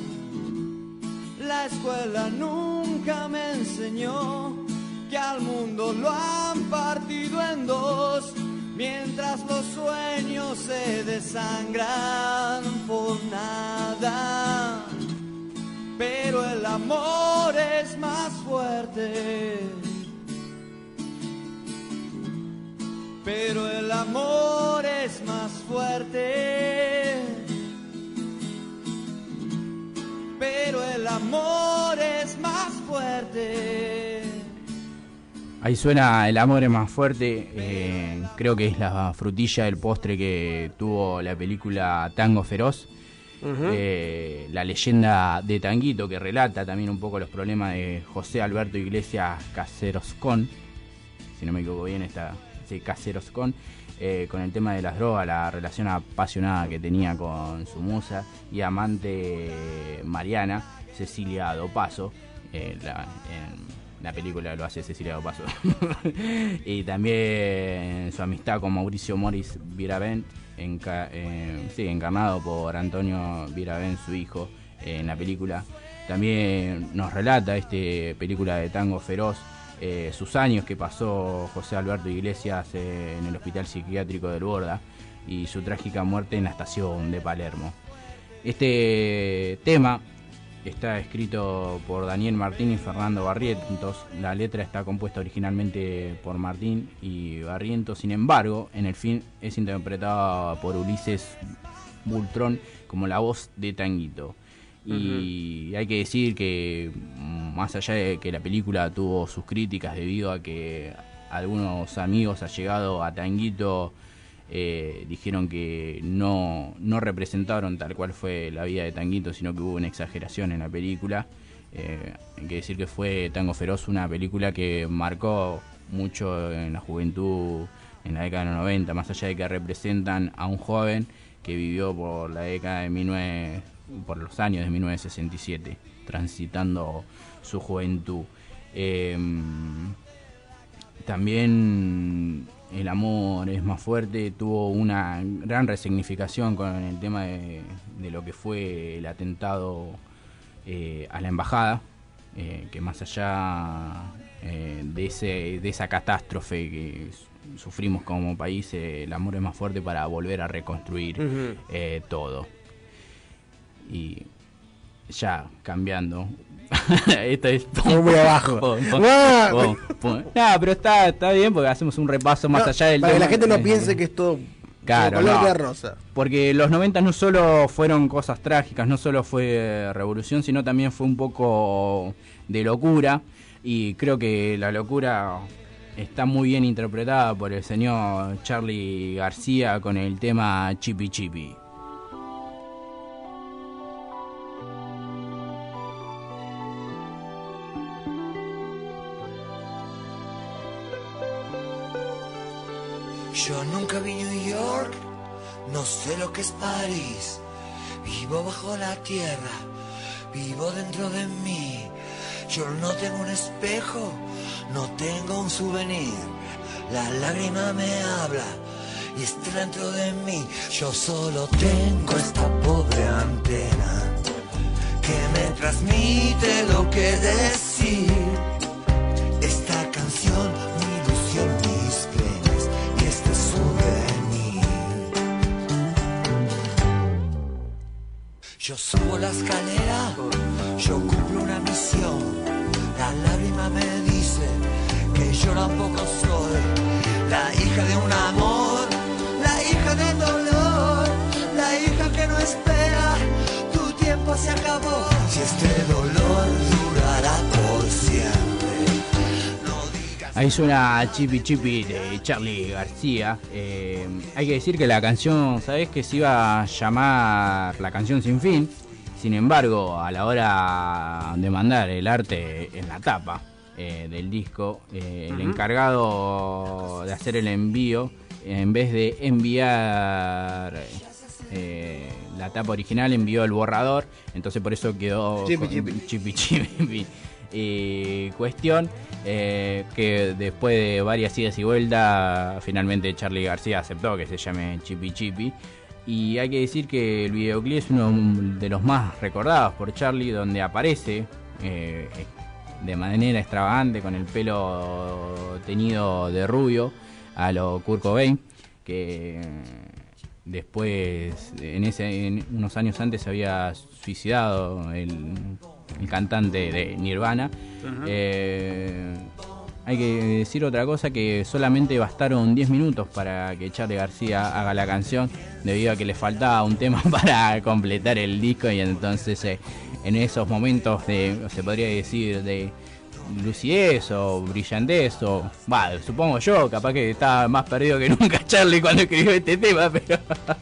La escuela nunca me enseñó que al mundo lo han partido en dos, mientras los sueños se desangran por nada. Pero el amor es más fuerte. Pero el amor es más fuerte. Pero el amor es más Ahí suena El amor es más fuerte, creo que es la frutilla del postre que tuvo la película Tango Feroz. La leyenda de Tanguito, que relata también un poco los problemas de José Alberto Iglesias Caseroscon, si no me equivoco bien, Caseroscon, con el tema de las drogas, la relación apasionada que tenía con su musa y amante Mariana, Cecilia Dopazo. En la película lo hace Cecilia Dopazo. Y también su amistad con Mauricio Morris Viravent, encarnado por Antonio Viravent, su hijo, en la película. También nos relata película de Tango Feroz, sus años que pasó José Alberto Iglesias en el hospital psiquiátrico del Borda y su trágica muerte en la estación de Palermo. Este tema está escrito por Daniel Martín y Fernando Barrientos. La letra está compuesta originalmente por Martín y Barrientos. Sin embargo, en el film es interpretada por Ulises Bultrón como la voz de Tanguito. Y hay que decir que, más allá de que la película tuvo sus críticas debido a que algunos amigos allegados a Tanguito dijeron que no representaron tal cual fue la vida de Tanguito, sino que hubo una exageración en la película. Hay que decir que fue Tango Feroz una película que marcó mucho en la juventud en la década de los 90, más allá de que representan a un joven que vivió por la década de por los años de 1967, transitando su juventud. También El amor es más fuerte tuvo una gran resignificación con el tema de lo que fue el atentado a la embajada, que más allá de esa catástrofe que sufrimos como país, el amor es más fuerte para volver a reconstruir todo. Y ya cambiando. Esto es muy abajo. Pero está bien porque hacemos un repaso más allá del para tema. Que la gente no piense que es todo claro, color de rosa. Porque los 90 no solo fueron cosas trágicas, no solo fue revolución, sino también fue un poco de locura. Y creo que la locura está muy bien interpretada por el señor Charly García con el tema Chipi Chipi. Yo nunca vi New York, no sé lo que es París. Vivo bajo la tierra, vivo dentro de mí. Yo no tengo un espejo, no tengo un souvenir. La lágrima me habla y está dentro de mí. Yo solo tengo esta pobre antena que me transmite lo que decir. Esta canción, mi ilusión, mis penas y este souvenir. Yo subo la escalera, yo cumplo una misión. La lágrima me dice que yo tampoco soy la hija de un amor, la hija del dolor, la hija que no espera, tu tiempo se acabó. Si este dolor durará por siempre. Ahí suena Chipi Chipi de Charly García. Hay que decir que la canción, ¿sabés? Que se iba a llamar La Canción Sin Fin. Sin embargo, a la hora de mandar el arte en la tapa del disco, el encargado de hacer el envío, en vez de enviar la tapa original, envió el borrador. Entonces por eso quedó Chipi Chipi. Cuestión que después de varias idas y vueltas, finalmente Charly García aceptó que se llame Chipi Chipi. Y hay que decir que el videoclip es uno de los más recordados por Charly, donde aparece de manera extravagante con el pelo teñido de rubio a lo Kurt Cobain, que después, unos años antes, se había suicidado el cantante de Nirvana. Hay que decir otra cosa, que solamente bastaron 10 minutos para que Charly García haga la canción, debido a que le faltaba un tema para completar el disco. Y entonces en esos momentos se podría decir de lucidez o brillantez o... supongo yo, capaz que estaba más perdido que nunca Charlie cuando escribió este tema, pero...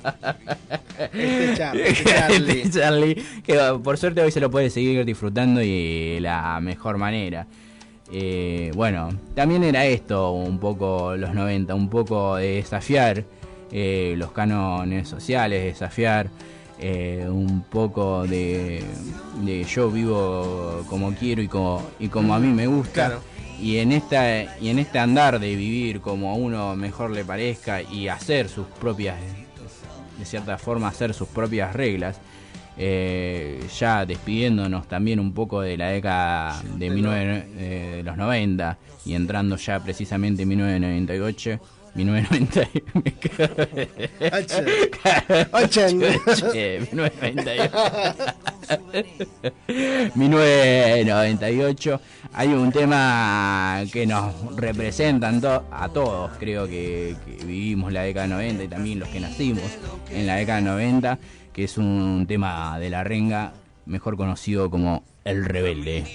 Charlie, que por suerte hoy se lo puede seguir disfrutando y de la mejor manera. Bueno, también era esto un poco los 90, un poco de desafiar los cánones sociales, desafiar un poco de yo vivo como quiero y como a mí me gusta. Claro. Y en este andar de vivir como a uno mejor le parezca y hacer sus propias, de cierta forma hacer sus propias reglas, ya despidiéndonos también un poco de la década de los 90 y entrando ya precisamente en 1998. 1998 hay un tema que nos representa a todos, creo que vivimos la década 90 y también los que nacimos en la década 90, que es un tema de La Renga, mejor conocido como El Rebelde.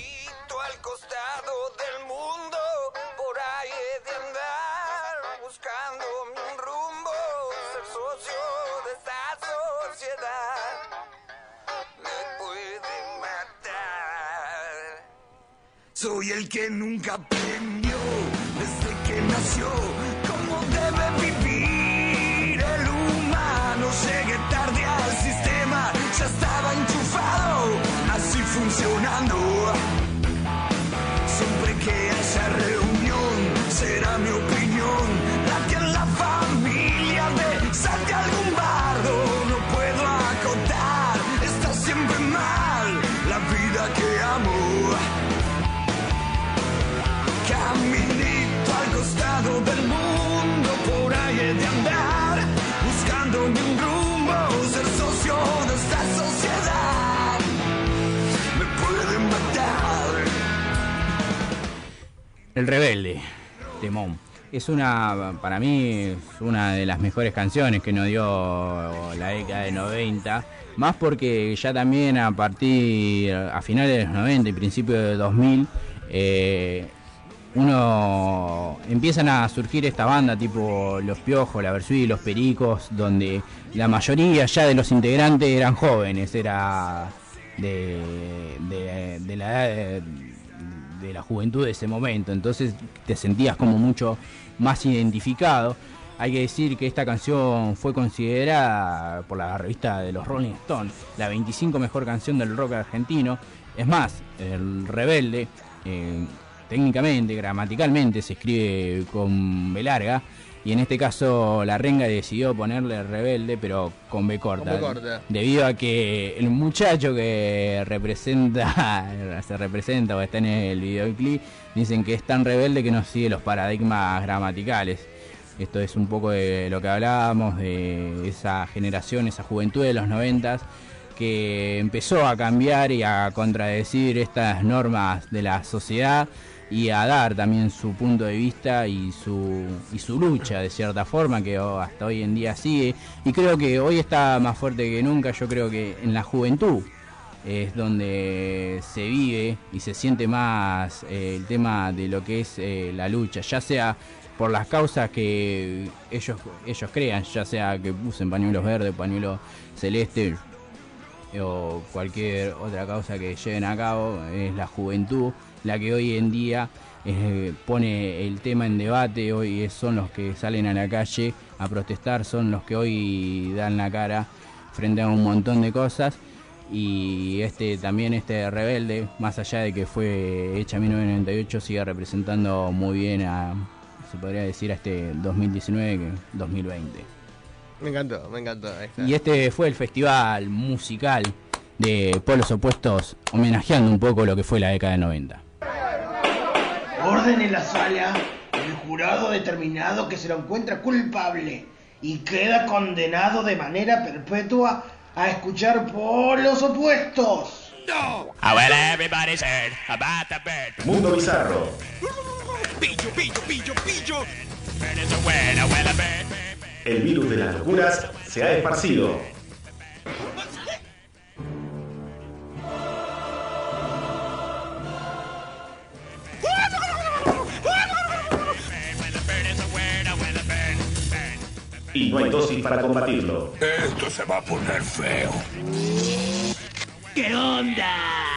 Soy el que nunca aprendió desde que nació cómo debe vivir el humano. Llegué tarde al sistema, ya estaba enchufado, así funcionando. Siempre que haya reunión, será mi opinión la que en la familia me salte algún bardo. No puedo acotar, está siempre mal la vida que amo. Caminito al costado del mundo, por ahí he de andar, buscando un rumbo, ser socio de esta sociedad, me pueden matar. El Rebelde, temón. Para mí, es una de las mejores canciones que nos dio la década de 90, más porque ya también a finales de los 90 y principios de 2000, empiezan a surgir esta banda tipo Los Piojos, La Versuit, Los Pericos, donde la mayoría ya de los integrantes eran jóvenes, era de la edad de la juventud de ese momento, entonces te sentías como mucho más identificado. Hay que decir que esta canción fue considerada por la revista de los Rolling Stones la 25 mejor canción del rock argentino. Es más, El Rebelde técnicamente, gramaticalmente se escribe con B larga, y en este caso La Renga decidió ponerle Rebelde pero con B corta, debido a que el muchacho que se representa o está en el videoclip, dicen que es tan rebelde que no sigue los paradigmas gramaticales. Esto es un poco de lo que hablábamos, de esa generación, esa juventud de los 90s que empezó a cambiar y a contradecir estas normas de la sociedad y a dar también su punto de vista y su lucha de cierta forma, que hasta hoy en día sigue, y creo que hoy está más fuerte que nunca. Yo creo que en la juventud es donde se vive y se siente más el tema de lo que es la lucha, ya sea por las causas que ellos crean, ya sea que usen pañuelos verdes, pañuelo celeste o cualquier otra causa que lleven a cabo. Es la juventud la que hoy en día pone el tema en debate. Hoy son los que salen a la calle a protestar, son los que hoy dan la cara frente a un montón de cosas. Y también este Rebelde, más allá de que fue hecha en 1998, sigue representando muy bien se podría decir, a este 2019-2020. Me encantó. Y este fue el festival musical de Polos Opuestos, homenajeando un poco lo que fue la década de 90. Orden en la sala. El jurado ha determinado que se lo encuentra culpable y queda condenado de manera perpetua a escuchar Polos Opuestos. No. Mundo Bizarro. Pillo. El virus de las locuras se ha esparcido. Y no hay dosis para combatirlo. Esto se va a poner feo. ¿Qué onda?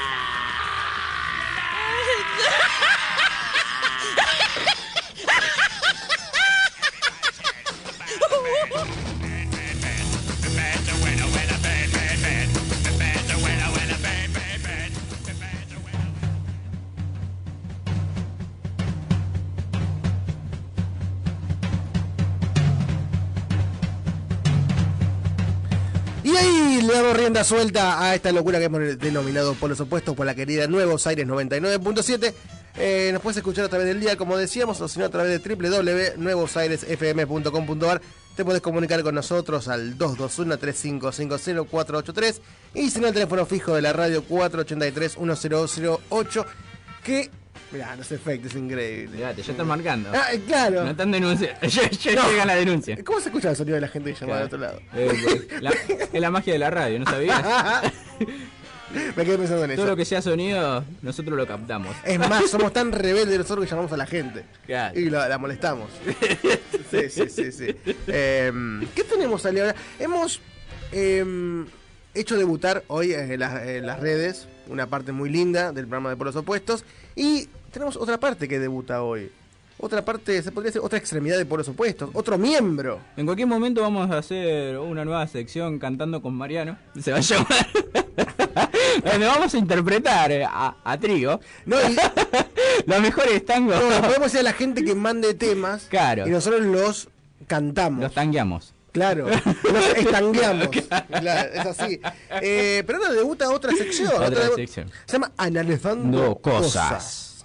Y ahí le damos rienda suelta a esta locura que hemos denominado Polos Opuestos por la querida Nuevos Aires 99.7. Nos puedes escuchar a través del día, como decíamos, o si no a través de www.nuevosairesfm.com.ar. Te puedes comunicar con nosotros al 221-3550-483 y si no, el teléfono fijo de la radio 483-1008, que... Mirá, los efectos, es increíble. Mirate, ya están marcando. Ah, claro. No están denunciando. Ya No. llega la denuncia. ¿Cómo se escucha el sonido de la gente que llama del otro lado? Es la magia de la radio, ¿no sabías? Me quedé pensando en eso. Todo lo que sea sonido, nosotros lo captamos. Es más, somos tan rebeldes nosotros que llamamos a la gente. Claro. Y la molestamos. Sí. ¿Qué tenemos, Ale, ahora? Hemos hecho debutar hoy en las redes una parte muy linda del programa de Polos Opuestos. Y tenemos otra parte que debuta hoy. Otra parte, se podría decir, otra extremidad de Polos Opuestos. Otro miembro. En cualquier momento vamos a hacer una nueva sección cantando con Mariano. Se va a llamar. Donde vamos a interpretar a Trigo. No, y... los mejores tangos. No, podemos decir a la gente que mande temas. Claro. Y nosotros los cantamos. Los tangueamos. Claro, los estangueamos. Claro, es así. Pero ahora debuta otra sección. Otra sección. Se llama Analizando Cosas.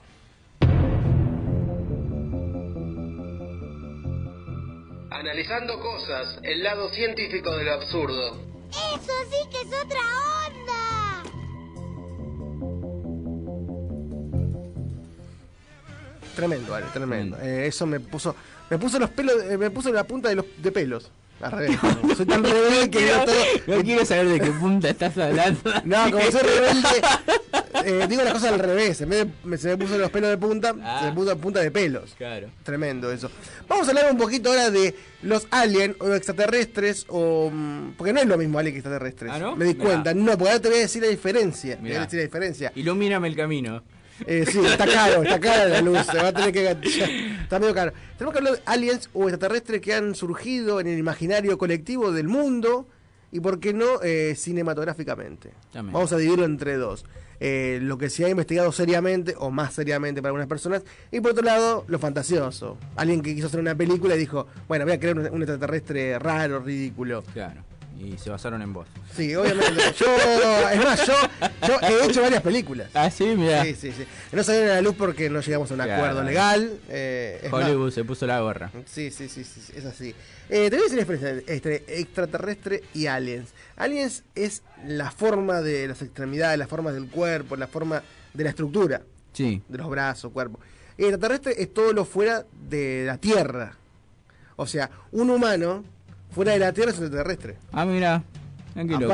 Analizando cosas, el lado científico de lo absurdo. ¡Eso sí que es otra onda! Tremendo, vale, tremendo. Eso me puso los pelos, me puso la punta de pelos. Al revés. Soy tan rebelde que no quiero saber de qué punta estás hablando. No, como soy rebelde, digo las cosas al revés. En vez de se me puso los pelos de punta, se me puso punta de pelos. Claro. Tremendo eso. Vamos a hablar un poquito ahora de los aliens o extraterrestres, o porque no es lo mismo alien que extraterrestres. ¿Ah, no? Me di cuenta. No, porque ahora te voy a decir la diferencia. Mirá. Ilumíname el camino. Sí, está cara la luz, se va a tener que gatillar. Está medio caro. Tenemos que hablar de aliens o extraterrestres que han surgido en el imaginario colectivo del mundo y, por qué no, cinematográficamente. También. Vamos a dividirlo entre dos. Lo que se ha investigado seriamente, o más seriamente para algunas personas, y por otro lado, lo fantasioso. Alguien que quiso hacer una película y dijo, bueno, voy a crear un extraterrestre raro, ridículo. Claro. Y se basaron en vos. Sí, obviamente. yo he hecho varias películas. Ah, sí, mira. Sí. No salieron a la luz porque no llegamos a un acuerdo legal. Hollywood se puso la gorra. Sí, es así. Te voy a decir la diferencia entre extraterrestre y aliens. Aliens es la forma de las extremidades, la forma del cuerpo, la forma de la estructura. Sí. De los brazos, cuerpo. Extraterrestre es todo lo fuera de la Tierra. O sea, un humano fuera de la Tierra es un extraterrestre. Ah, mira. Tranquilo.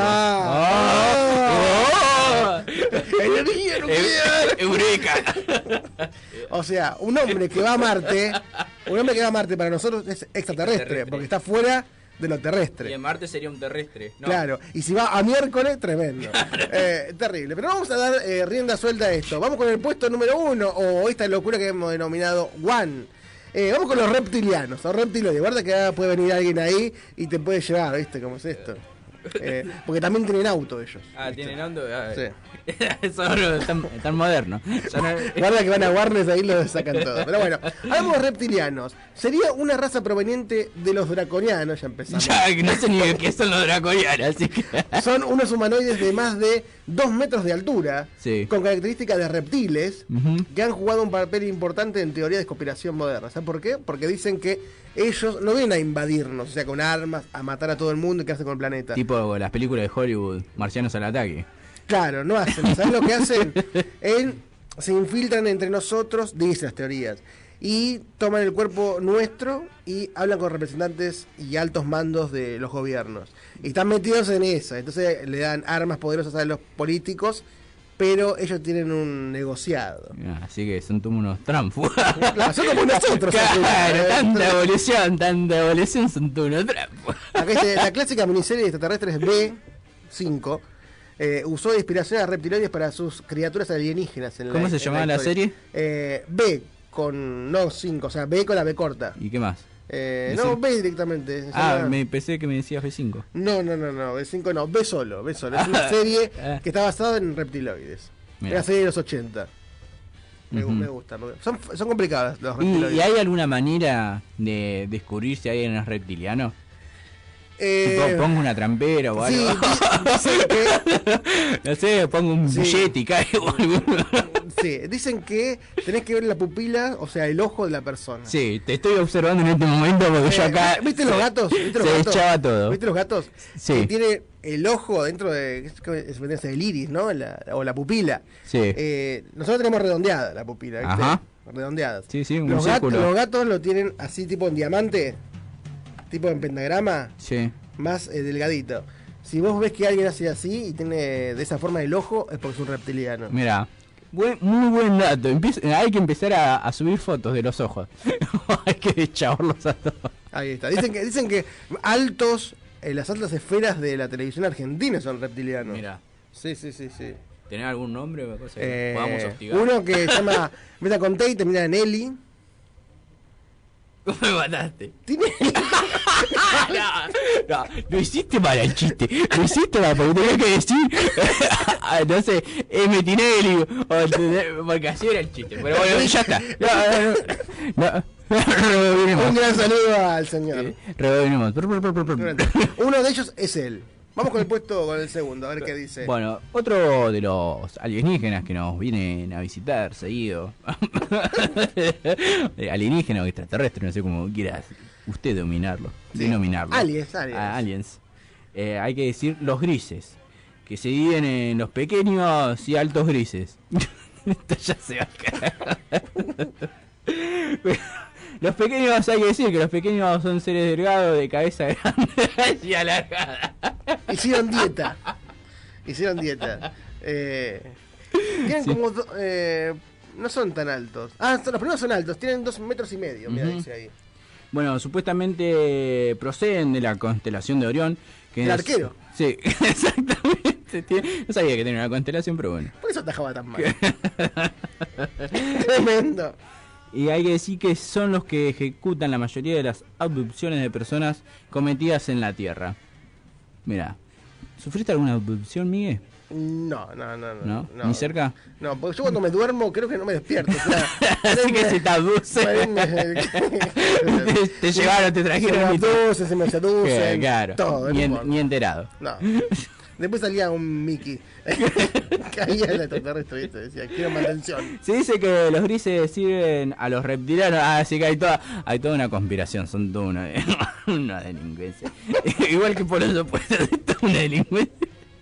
¡Energía nuclear! ¡Eureka! O sea, un hombre que va a Marte para nosotros es extraterrestre, porque está fuera de lo terrestre. Y en Marte sería un terrestre. No. Claro, y si va a miércoles, tremendo. Terrible. Pero vamos a dar rienda suelta a esto. Vamos con el puesto número 1, o esta locura que hemos denominado One. Vamos con los reptilianos, o reptiloides. Guarda que puede venir alguien ahí y te puede llevar, ¿viste? ¿Cómo es esto? Porque también tienen auto ellos. ¿Tienen auto? Sí. Son tan modernos. Guarda que van a Warner ahí lo sacan todo. Pero bueno, hablamos de reptilianos. Sería una raza proveniente de los draconianos, ya empezamos. Ya, no sé ni qué son los draconianos, así que... Son unos humanoides de más de 2 metros de altura, sí, con características de reptiles, que han jugado un papel importante en teorías de conspiración moderna. ¿Sabes por qué? Porque dicen que ellos no vienen a invadirnos, o sea, con armas, a matar a todo el mundo y quedarse con el planeta. Tipo las películas de Hollywood, Marcianos al ataque. Claro, no hacen. ¿Sabes lo que hacen? Se infiltran entre nosotros, dicen las teorías, y toman el cuerpo nuestro y hablan con representantes y altos mandos de los gobiernos. Y están metidos en esa. Entonces le dan armas poderosas a los políticos pero ellos tienen un negociado. Así que son como unos tránsfugas. Claro, son como nosotros. Claro, tanta evolución, son todos unos tránsfugas. Acá dice, la clásica miniserie de extraterrestres B5 usó de inspiración a reptiloides para sus criaturas alienígenas. ¿Cómo se llamaba la serie? B con no 5, o sea, B con la B corta. ¿Y qué más? No, B directamente. Me pensé que me decías B5. No, B5 no, B solo. Es una serie que está basada en reptiloides. Mirá. Una serie de los 80. Me gusta. Son complicadas los reptiloides. ¿Y hay alguna manera de descubrir si hay unos reptilianos? Pongo una trampera o algo. Dicen que... No sé, pongo un billete y caigo. Sí, dicen que tenés que ver la pupila, o sea, el ojo de la persona. Sí, te estoy observando en este momento porque yo acá... ¿Viste los gatos? Se echaba todo. ¿Viste los gatos? Sí. Que tiene el ojo dentro de... Es el iris, ¿no? O la pupila. Sí. Nosotros tenemos redondeada la pupila, ¿viste? Ajá. Redondeadas. Sí, un los círculo. gatos lo tienen así tipo en diamante, tipo en pentagrama. Sí. Más delgadito. Si vos ves que alguien hace así y tiene de esa forma el ojo, es porque es un reptiliano. Mira, muy buen dato. Hay que empezar a subir fotos de los ojos. Hay que chavarlos a todos. Ahí está. Dicen que altos, las altas esferas de la televisión argentina son reptilianos. Mira. Sí. ¿Tenés algún nombre o cosa que podamos hostigar? Uno que se llama Meta Conte y termina en Eli. ¿Cómo me mataste? ¿Tiene? No, lo hiciste mal el chiste. Lo hiciste mal porque tenías que decir. No sé, M. Tinelli. Porque así era el chiste. Pero bueno, ya está. Un gran saludo al señor. Rebobinemos. Uno de ellos es él. Vamos con el segundo, a ver qué dice. Bueno, otro de los alienígenas que nos vienen a visitar seguido. Alienígena o extraterrestre, no sé cómo quieras usted denominarlo. Aliens. Hay que decir los grises, que se dividen en los pequeños y altos grises. Esto ya se va a caer. Los pequeños, hay que decir que los pequeños son seres delgados de cabeza grande y alargada. Hicieron dieta. Tienen como... no son tan altos. Los primeros son altos, tienen 2,5 metros. Mira, dice ahí. Bueno, supuestamente proceden de la constelación de Orión. Que ¿El arquero? Sí, exactamente. No sabía que tenía una constelación, pero bueno. Por eso atajaba tan mal. Tremendo. Y hay que decir que son los que ejecutan la mayoría de las abducciones de personas cometidas en la Tierra. Mira, ¿sufriste alguna abducción, Miguel? No. ¿Ni cerca? No, porque yo cuando me duermo creo que no me despierto. Así que se te abduce. Te llevaron, te trajeron. Se me seducen. Claro, todo, ni enterado. No. Después salía un Mickey. Caía el extraterrestre, ¿viste? Decía, quiero mantención. Se dice que los grises sirven a los reptilianos. Así que hay toda una conspiración. Son toda una delincuencia. Igual que por los opuestos, es toda una delincuencia.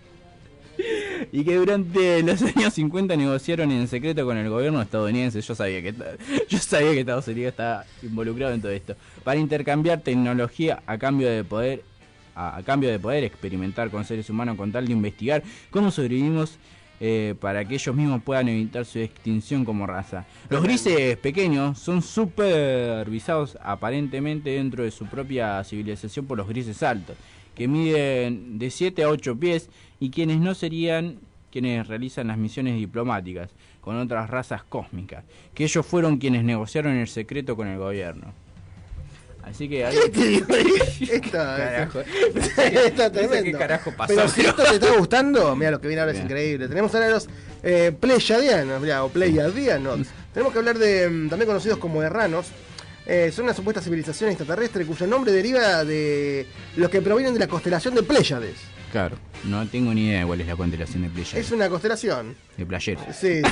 Y que durante los años 50 negociaron en secreto con el gobierno estadounidense. Yo sabía que Estados Unidos estaba involucrado en todo esto, para intercambiar tecnología a cambio de poder experimentar con seres humanos, con tal de investigar cómo sobrevivimos, para que ellos mismos puedan evitar su extinción como raza. Los grises pequeños son supervisados aparentemente dentro de su propia civilización por los grises altos, que miden de 7 a 8 pies y quienes no serían quienes realizan las misiones diplomáticas con otras razas cósmicas, que ellos fueron quienes negociaron el secreto con el gobierno. Así que está tremendo. ¿Qué carajo pasó? Pero si esto te está gustando, mira, lo que viene ahora es increíble. Tenemos ahora los pleyadianos, o pleiadianos. Tenemos que hablar de también conocidos como erranos. Son una supuesta civilización extraterrestre cuyo nombre deriva de los que provienen de la constelación de Pléyades. Claro, no tengo ni idea de cuál es la constelación de Pléyades. Es una constelación de playeros. Sí.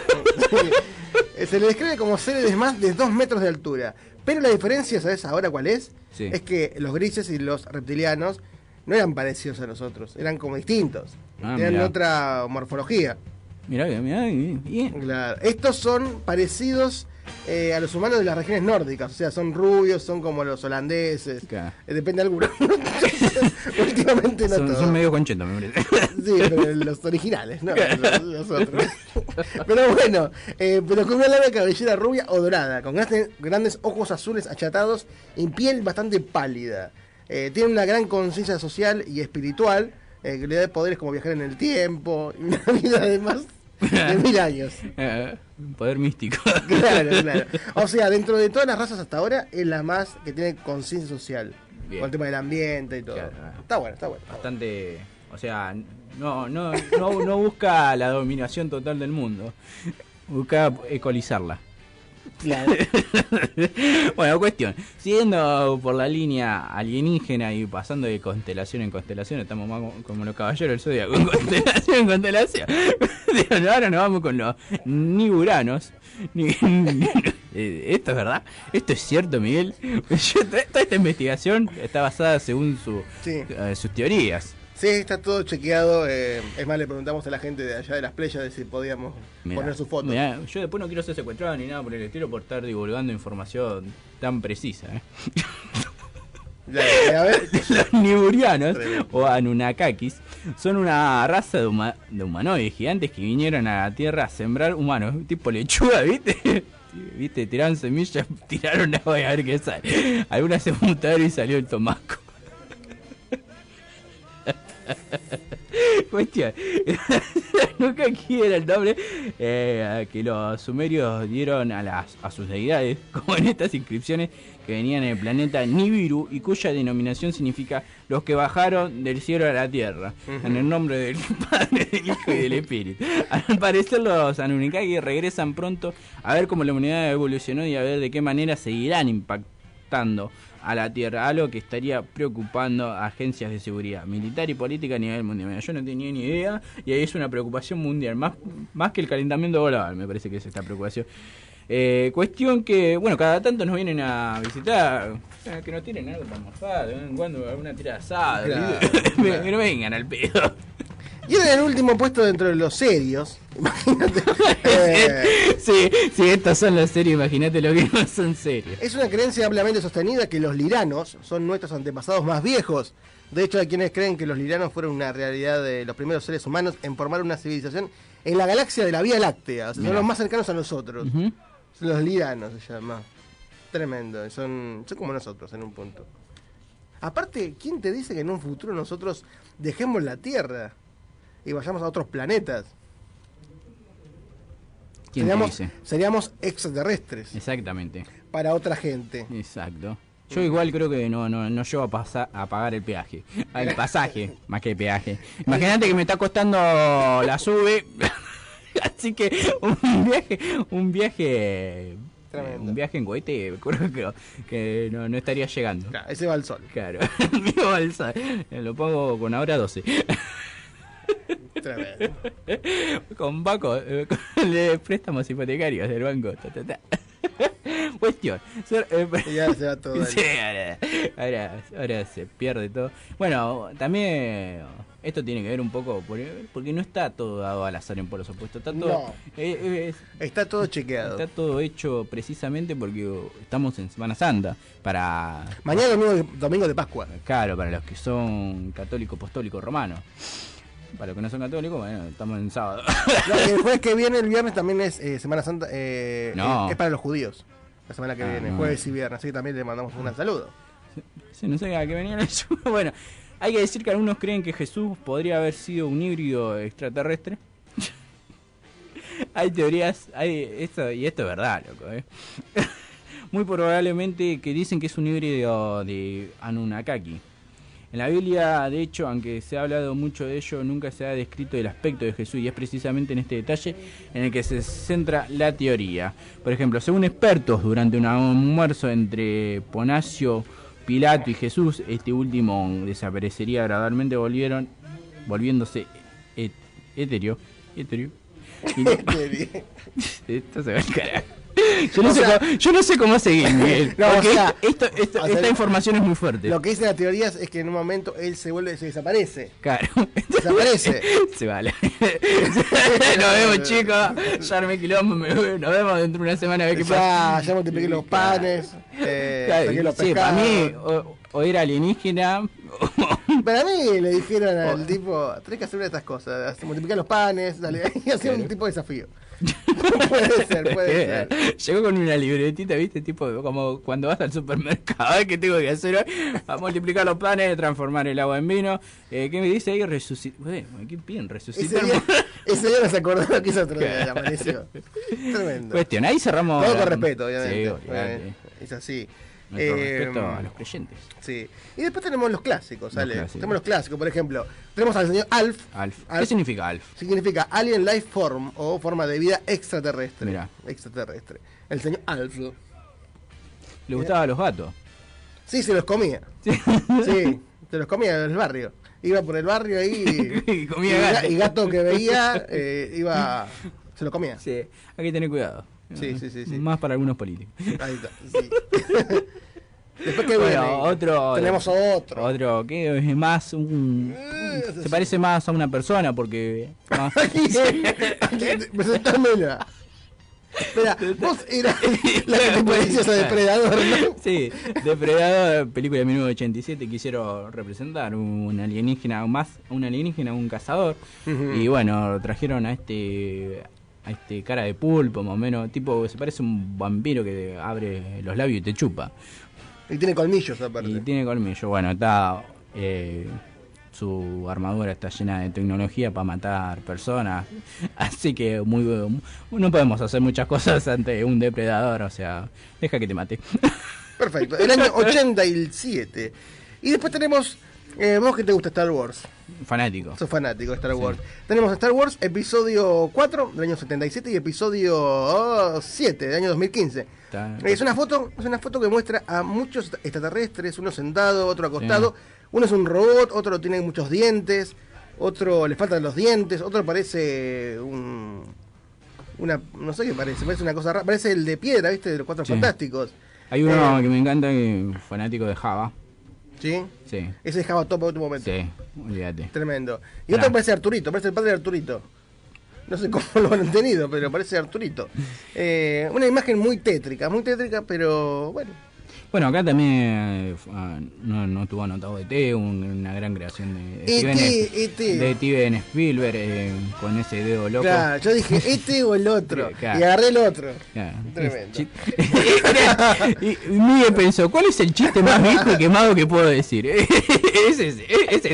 Se le describe como seres de más de 2 metros de altura. Pero la diferencia, ¿sabes ahora cuál es? Sí. Es que los grises y los reptilianos no eran parecidos a nosotros, eran como distintos. Tenían otra morfología. Mirá. Claro. Estos son parecidos a los humanos de las regiones nórdicas, o sea, son rubios, son como los holandeses, Claro. Depende de algunos. Últimamente no todos. Son medio conchetos, me parece. Sí, pero los originales, no los otros. Pero bueno, pero con una larga cabellera rubia o dorada, con grandes ojos azules achatados y piel bastante pálida. Tiene una gran conciencia social y espiritual, que le da poderes como viajar en el tiempo y una vida de más de 1000 años. Un poder místico. Claro. O sea, dentro de todas las razas hasta ahora, es la más que tiene conciencia social. Bien. Con el tema del ambiente y todo. Claro. Está bueno. Bastante, o sea, no busca la dominación total del mundo, busca ecualizarla. Claro. Bueno, cuestión, siguiendo por la línea alienígena y pasando de constelación en constelación, estamos más como los caballeros del zodiaco, constelación en constelación. Ahora nos vamos con los niburanos. ¿Esto es verdad? ¿Esto es cierto, Miguel? Toda esta investigación está basada según sus teorías. Sí, está todo chequeado. Es más, le preguntamos a la gente de allá de las playas de si podíamos poner su foto. Mirá, yo después no quiero ser secuestrado ni nada por el estilo por estar divulgando información tan precisa. A ver. Los niburianos o Anunnakis son una raza de humanoides gigantes que vinieron a la Tierra a sembrar humanos, tipo lechuga, ¿viste? ¿Viste? Tiraron semillas, tiraron agua y a ver qué sale. Algunas se mutaron y salió el tomaco. Cuestión, nunca aquí era el nombre que los sumerios dieron a sus deidades, como en estas inscripciones que venían en el planeta Nibiru y cuya denominación significa los que bajaron del cielo a la tierra, en el nombre del Padre, del Hijo y del Espíritu. Al parecer los Anunnaki regresan pronto a ver cómo la humanidad evolucionó y a ver de qué manera seguirán impactando a la Tierra, algo que estaría preocupando a agencias de seguridad militar y política a nivel mundial. Yo no tenía ni idea y ahí es una preocupación mundial, más que el calentamiento global, me parece que es esta preocupación. Cuestión que, bueno, cada tanto nos vienen a visitar, que nos tienen algo para morfar, de vez en cuando alguna tira asada, Claro. que no vengan al pedo. Y en el último puesto dentro de los serios, imagínate. Sí, estas son las serios, imagínate lo que no son serios. Es una creencia ampliamente sostenida que los liranos son nuestros antepasados más viejos. De hecho, hay quienes creen que los liranos fueron una realidad de los primeros seres humanos en formar una civilización en la galaxia de la Vía Láctea. O sea, son los más cercanos a nosotros. Son los liranos, se llama. Tremendo. Son como nosotros en un punto. Aparte, ¿quién te dice que en un futuro nosotros dejemos la Tierra y vayamos a otros planetas? ¿Quién te dice? Seríamos extraterrestres. Exactamente. Para otra gente. Exacto. Yo igual creo que no llego a pagar el peaje. El pasaje, más que el peaje. Imagínate que me está costando la sube. Así que un viaje en cohete, creo que no estaría llegando. Claro, ese va al sol. Claro, el mío va al sol. Lo pongo con ahora 12. Tremendo. Con banco, con préstamos hipotecarios del banco. Cuestión. Y ya se va todo. Sí, ahora se pierde todo. Bueno, también esto tiene que ver un poco porque no está todo dado al azar en Polos Opuestos. Está todo, está todo chequeado. Está todo hecho precisamente porque estamos en Semana Santa. Mañana domingo de Pascua. Claro, para los que son católicos, apostólicos, romanos. Para los que no son católicos, bueno, estamos en sábado. No, el jueves que viene, el viernes también es Semana Santa. No. Es para los judíos. La semana que viene, jueves y viernes. Así que también le mandamos un saludo. Sí, no sé a qué venían eso. Bueno, hay que decir que algunos creen que Jesús podría haber sido un híbrido extraterrestre. Hay teorías, esto es verdad, loco. Muy probablemente que dicen que es un híbrido de Anunnaki. En la Biblia, de hecho, aunque se ha hablado mucho de ello, nunca se ha descrito el aspecto de Jesús y es precisamente en este detalle en el que se centra la teoría. Por ejemplo, según expertos, durante un almuerzo entre Poncio Pilato y Jesús, este último desaparecería gradualmente volviéndose etéreo. Esto se va al carajo. Yo no sé cómo seguir, Miguel. No, porque o sea, esta información es muy fuerte. Lo que dice la teoría es que en un momento él se desaparece. Claro. Desaparece. Se vale. Nos vemos, chicos. Ya armé quilombo. Nos vemos dentro de una semana a ver qué pasa. Ya multipliqué los panes. Saqué los sí, para pescados. mí, o era alienígena. Para mí le dijeron al tipo, tenés que hacer una de estas cosas, multiplicar los panes, dale, y hacer un tipo de desafío. puede ser. Llegó con una libretita, ¿viste? Tipo como cuando vas al supermercado, ¿qué tengo que hacer hoy? A multiplicar los panes, transformar el agua en vino. ¿Qué me dice ahí? Resucitar. ¿Qué bien? Resucitar. Ese día no se acordó lo que hizo otro día, apareció. Tremendo. Cuestión, ahí cerramos. Todo con respeto, obviamente. Sí, es así. Nuestro respeto a los creyentes. Sí. Y después tenemos los clásicos, ¿sale? Clásicos. Tenemos los clásicos, por ejemplo. Tenemos al señor Alf. ¿Qué significa Alf? Significa Alien Life Form o forma de vida extraterrestre. Mirá. Extraterrestre. El señor Alf. ¿Le gustaba a los gatos? Sí, se los comía. Sí, se los comía en el barrio. Iba por el barrio ahí y comía gato. Y gato que veía, se lo comía. Sí, hay que tener cuidado. Sí. Más para algunos políticos. Ahí está, sí. Después que tenemos otro. Otro que es más se parece más a una persona porque más... Presentámela. Espera, vos eras la que te parecías a Depredador, ¿no? Sí, Depredador, película de 1987, quisieron representar un alienígena, un cazador. Y bueno, trajeron a este cara de pulpo, más o menos, tipo, se parece a un vampiro que abre los labios y te chupa. Y tiene colmillos aparte. Y tiene colmillos, bueno, está... su armadura está llena de tecnología para matar personas, así que no podemos hacer muchas cosas ante un depredador, o sea, deja que te mate. Perfecto, el año 87. Y después tenemos... vos que te gusta Star Wars. Fanático. Sos fanático de Star Wars. Tenemos Star Wars episodio 4 del año 77 y episodio 7 del año 2015. Es una foto que muestra a muchos extraterrestres, uno sentado, otro acostado. Sí. Uno es un robot, otro tiene muchos dientes, otro le faltan los dientes, otro parece no sé qué parece una cosa rara, parece el de piedra, ¿viste? De los Cuatro Fantásticos. Hay uno que me encanta, fanático de Java. ¿Sí? Sí. Ese es Java Top en último momento. Sí, olvídate. Tremendo. Y otro parece Arturito, parece el padre de Arturito. No sé cómo lo han entendido, pero parece Arturito. Una imagen muy tétrica, pero bueno. Bueno, acá también no tuvo anotado ET, una gran creación de Steven Spielberg con ese dedo loco. Claro, yo dije ET o el otro, claro. Y agarré el otro. Claro. Tremendo. Y Miguel pensó, ¿cuál es el chiste más viejo y quemado que puedo decir? Ese.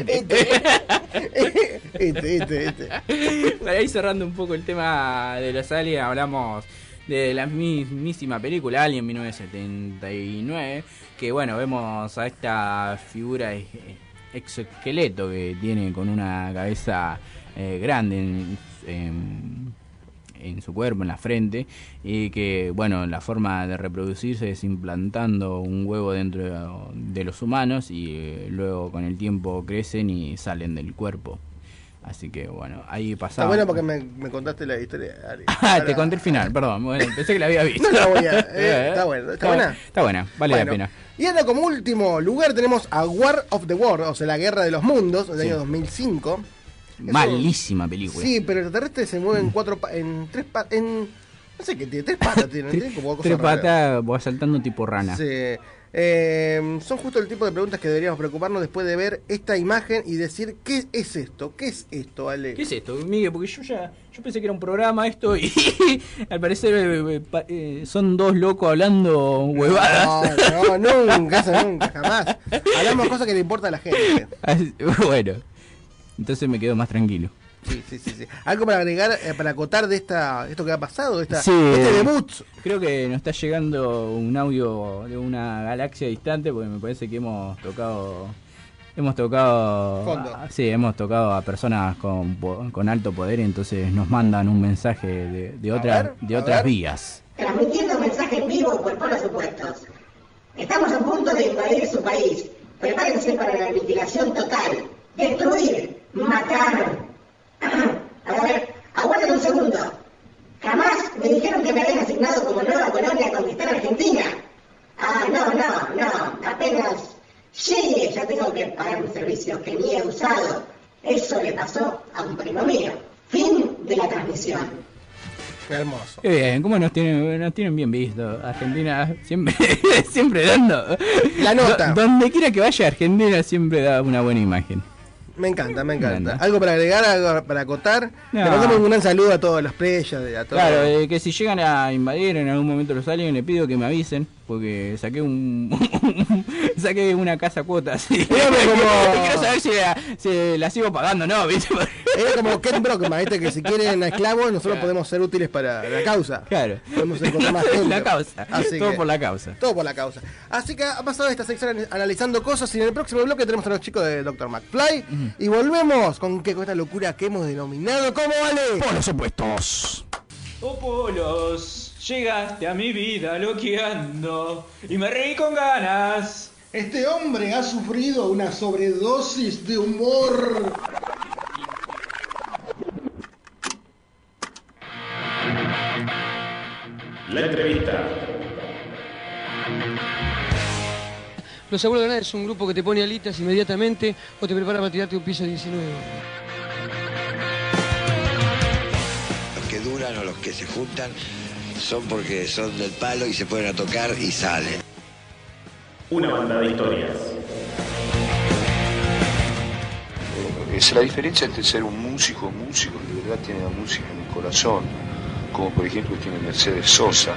Para ir cerrando un poco el tema de los aliens, hablamos de la mismísima película Alien 1979, que bueno, vemos a esta figura exoesqueleto que tiene con una cabeza grande en su cuerpo, en la frente, y que bueno, la forma de reproducirse es implantando un huevo dentro de los humanos y luego con el tiempo crecen y salen del cuerpo. Así que bueno, ahí pasaba. Está bueno porque me contaste la historia. Te conté el final, perdón. Bueno, pensé que la había visto. No la voy a. Está buena. Está buena, vale la pena. Y ahora como último lugar tenemos a War of the Worlds, o sea, la Guerra de los Mundos, del año 2005. Malísima película. Sí, pero el extraterrestre se mueve no sé qué tiene, 3 patas tiene, como cosa 3 patas, rara. va saltando tipo rana. Sí. Son justo el tipo de preguntas que deberíamos preocuparnos después de ver esta imagen y decir ¿qué es esto? ¿Qué es esto, Ale? ¿Qué es esto, Miguel? Porque yo pensé que era un programa esto y al parecer son dos locos hablando huevadas. No, nunca, jamás. Hablamos cosas que le importan a la gente. Bueno, entonces me quedo más tranquilo. Sí. Algo para agregar, para acotar de esto que ha pasado, este debut. Creo que nos está llegando un audio de una galaxia distante, porque me parece que hemos tocado fondo. Sí, hemos tocado a personas con alto poder, y entonces nos mandan un mensaje de otras vías. Transmitiendo mensaje en vivo por los opuestos. Estamos a punto de invadir su país. Prepárense para la aniquilación total. Destruir, matar. A ver, aguarden un segundo. Jamás me dijeron que me habían asignado como nueva colonia Qué hermoso. Qué bien, ¿cómo nos tienen bien visto? Argentina siempre, siempre dando la nota. Donde quiera que vaya, Argentina siempre da una buena imagen. Me encanta. ¿Algo para agregar, algo para acotar? No. Le mandamos un gran saludo a todos los players, a todos. Claro, que si llegan a invadir en algún momento los aliens, le pido que me avisen, porque saqué una casa cuota, así. Quiero saber si la sigo pagando, ¿no? ¿Viste? Era como Ken Brockman, ¿viste? Que si quieren a esclavos, nosotros podemos ser útiles para la causa. Claro. Podemos encontrar más gente. La causa. Todo por la causa. Todo por la causa. Así que ha pasado esta sección analizando cosas, y en el próximo bloque tenemos a los chicos de Dr. McFly. Y volvemos con esta locura que hemos denominado ¿cómo vale? Por los opuestos. Oh Polos, llegaste a mi vida loqueando y me reí con ganas. Este hombre ha sufrido una sobredosis de humor. La entrevista. Los Abuelos de Nada es un grupo que te pone alitas inmediatamente o te prepara para tirarte un piso 19. Los que duran o los que se juntan son porque son del palo y se ponen a tocar y salen. Una banda de historias. Es la diferencia entre ser un músico que de verdad tiene la música en el corazón, como por ejemplo tiene Mercedes Sosa.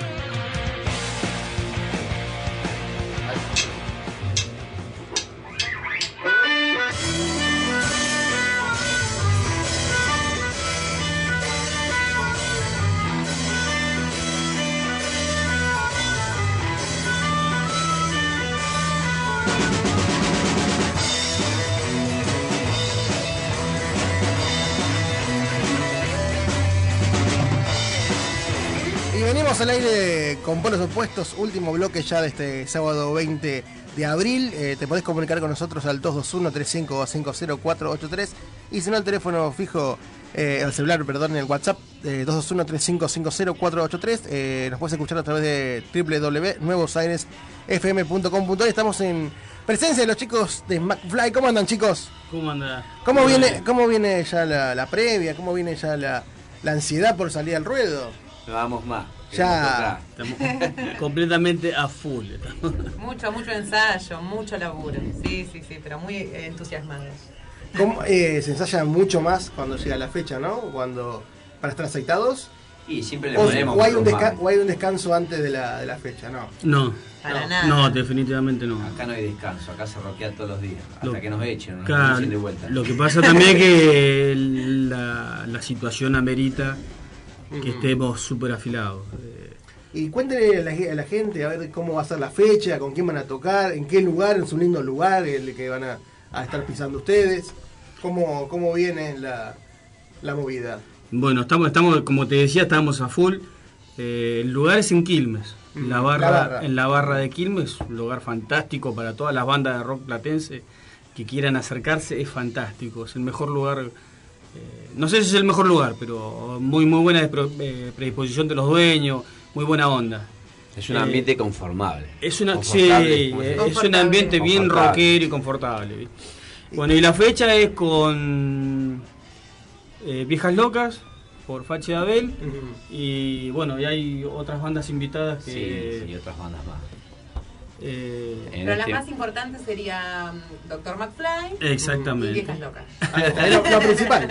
Venimos al aire con Polos Opuestos, último bloque ya de este sábado 20 de abril. Te podés comunicar con nosotros al 221-3550-483 y si no al teléfono fijo, el celular, perdón, el WhatsApp 221-3550-483. Nos puedes escuchar a través de www.nuevosairesfm.com.ar. Estamos en presencia de los chicos de McFly. ¿Cómo andan, chicos? ¿Cómo anda? ¿Cómo viene ya la previa? ¿Cómo viene ya la ansiedad por salir al ruedo? No vamos más. Ya estamos completamente a full. Mucho ensayo, mucho laburo. Sí, pero muy entusiasmados. Se ensaya mucho más cuando llega la fecha, ¿no? Para estar aceitados. Y siempre le ponemos. ¿O hay un descanso antes de la fecha? No. Para nada. No, definitivamente no. Acá no hay descanso, acá se roquea todos los días, hasta que nos echen, claro, echen de vuelta. Lo que pasa también es que la situación amerita que estemos súper afilados. Y cuéntenle a la gente a ver cómo va a ser la fecha, con quién van a tocar, en qué lugar, en su lindo lugar, el que van a estar pisando ustedes, cómo viene la movida. Bueno, estamos como te decía, estamos a full. El lugar es en Quilmes, en la barra de Quilmes, un lugar fantástico para todas las bandas de rock platense que quieran acercarse, es fantástico, es el mejor lugar. No sé si es el mejor lugar, pero muy buena predisposición de los dueños, muy buena onda. Es un ambiente conformable. Es un ambiente bien rockero y confortable. Bueno, y la fecha es con Viejas Locas, por Fachi de Abel, y bueno, y hay otras bandas invitadas que... Sí, y otras bandas más. Pero las más importantes sería Dr. McFly. Exactamente. Y Viejas Locas. Lo principal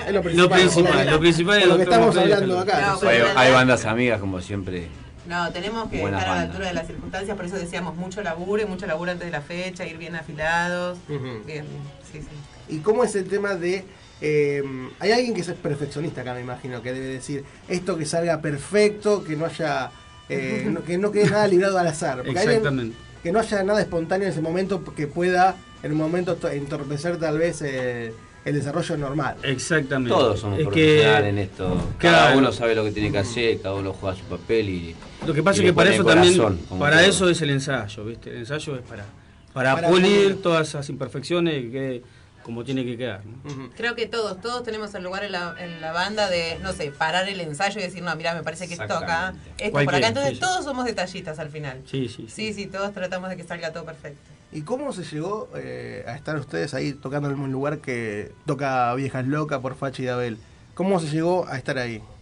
es lo que estamos hablando acá. Hay bandas amigas, como siempre. No, tenemos que estar a la altura de las circunstancias, por eso decíamos mucho laburo antes de la fecha, ir bien afilados. Bien, sí. ¿Y cómo es el tema de... hay alguien que es perfeccionista acá, me imagino, que debe decir esto que salga perfecto, que no haya... que no quede nada librado al azar. Exactamente. Que no haya nada espontáneo en ese momento que pueda en un momento entorpecer tal vez el desarrollo normal. Exactamente. Todos somos profesionales en esto. Cada uno sabe lo que tiene que hacer, cada uno juega su papel y... Lo que pasa es que para eso también, eso es el ensayo, ¿viste? El ensayo es para pulir todas esas imperfecciones que como tiene que quedar, ¿no? Creo que todos tenemos el lugar en la banda de, no sé, parar el ensayo y decir, no, mira, me parece que esto acá, esto por acá. Entonces todos somos detallistas al final. Sí, todos tratamos de que salga todo perfecto. ¿Y cómo se llegó a estar ustedes ahí tocando en el mismo lugar que toca Viejas Locas por Fachi y Abel? ¿Cómo se llegó a estar ahí?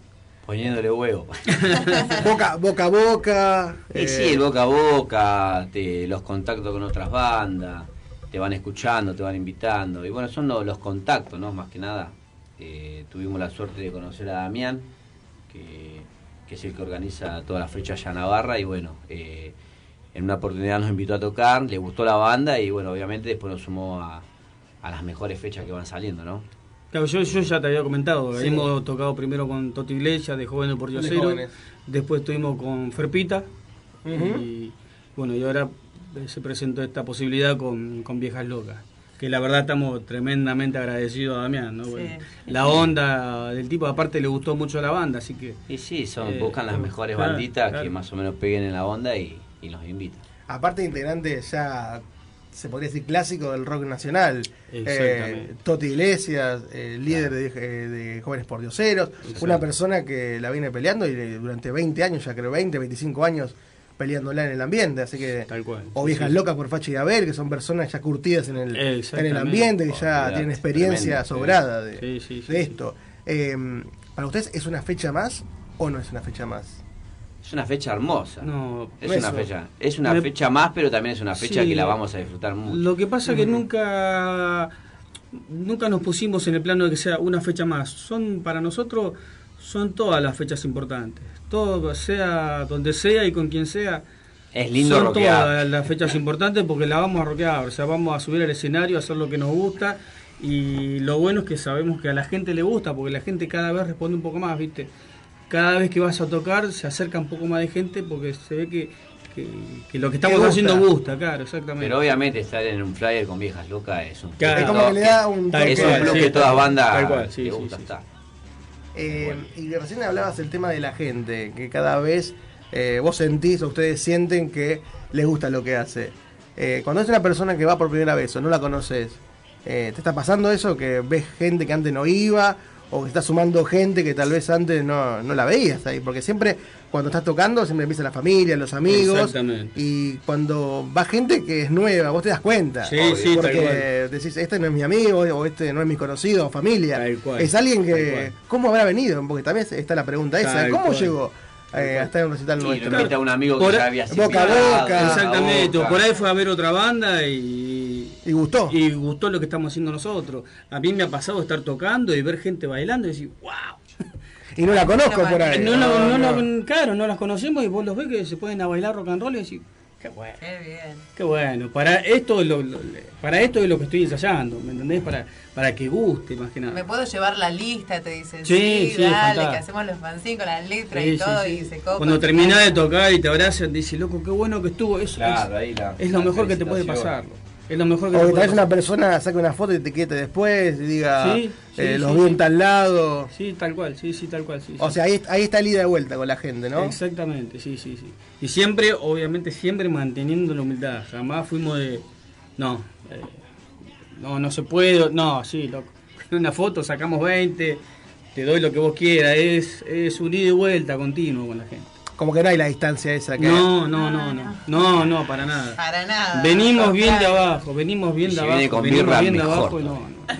Poniéndole huevo. boca a boca. Sí, el boca a boca, los contactos con otras bandas, te van escuchando, te van invitando. Y bueno, son los contactos, ¿no? Más que nada. Tuvimos la suerte de conocer a Damián, que es el que organiza todas las fechas allá en Navarra. Y bueno, en una oportunidad nos invitó a tocar, le gustó la banda y bueno, obviamente después nos sumó a las mejores fechas que van saliendo, ¿no? Claro, yo ya te había comentado, sí. Hemos tocado primero con Toti Iglesias de Jóvenes por Diosero, después estuvimos con Ferpita, y bueno, y ahora se presentó esta posibilidad con Viejas Locas, que la verdad estamos tremendamente agradecidos a Damián, ¿no? Bueno, la onda del tipo, aparte le gustó mucho la banda, así que... Y sí, buscan las mejores banditas que más o menos peguen en la onda y los invitan. Aparte de integrantes ya... se podría decir clásico del rock nacional. Toti Iglesias, líder de Jóvenes por Dioseros, una persona que la viene peleando y durante 20 años, ya creo 25 años peleándola en el ambiente, así que tal cual. O Viejas Locas por Fachi y Abel, que son personas ya curtidas en el ambiente, que ya tienen experiencia sobrada de esto. ¿Para ustedes es una fecha más o no es una fecha más? Es una fecha hermosa. No, es una fecha más, pero también es una fecha que la vamos a disfrutar mucho. Lo que pasa es que nunca nos pusimos en el plano de que sea una fecha más. Para nosotros son todas las fechas importantes. Todo, sea donde sea y con quien sea. Es lindo son rockear. Todas las fechas importantes porque la vamos a rockear. O sea, vamos a subir al escenario, a hacer lo que nos gusta. Y lo bueno es que sabemos que a la gente le gusta, porque la gente cada vez responde un poco más, ¿viste? Cada vez que vas a tocar se acerca un poco más de gente porque se ve que lo que estamos haciendo gusta, claro, exactamente. Pero obviamente estar en un flyer con Viejas Locas es un es como que le da un toque. Es un club que todas bandas le gusta estar. Y recién hablabas del tema de la gente, que cada vez vos sentís o ustedes sienten que les gusta lo que hace. Cuando es una persona que va por primera vez o no la conoces, ¿te está pasando eso? Que ves gente que antes no iba, o que estás sumando gente que tal vez antes no la veías ahí, porque siempre cuando estás tocando siempre empieza la familia, los amigos, y cuando va gente que es nueva, vos te das cuenta, porque decís, este no es mi amigo, o este no es mi conocido, o familia, es alguien que, ¿cómo habrá venido? Porque también está la pregunta esa, ¿cómo llegó a estar en un recital nuestro? Lo invita a un amigo que ya había sido boca a boca, exactamente, por ahí fue a ver otra banda y gustó. Y gustó lo que estamos haciendo nosotros. A mí me ha pasado estar tocando y ver gente bailando y decir, wow. Y no la conozco por ahí. Claro, no las conocemos y vos los ves que se pueden a bailar rock and roll y decís, qué bueno. Qué bien. Qué bueno. Para esto es lo que estoy ensayando, ¿me entendés? Para que guste, más que nada. ¿Me puedo llevar la lista? Te dicen, sí, dale, fantástico. que hacemos los fanzines con la letra y todo, y se copan. Cuando terminás de tocar y te abrazan, dices, loco, qué bueno que estuvo. Eso claro, es lo mejor que te puede pasar. Es lo mejor que o que tal vez una persona saque una foto y te etiquete después y diga los vi en tal lado. Sí, tal cual, tal cual. O sea, ahí está el ida de vuelta con la gente, ¿no? Exactamente, sí. Y siempre, obviamente, siempre manteniendo la humildad. Jamás fuimos de... No se puede, loco. Una foto, sacamos 20, te doy lo que vos quieras. Es un ida y vuelta continuo con la gente. Como que no hay la distancia esa que No, para nada. Para nada. Venimos bien de abajo, venimos bien de abajo y no.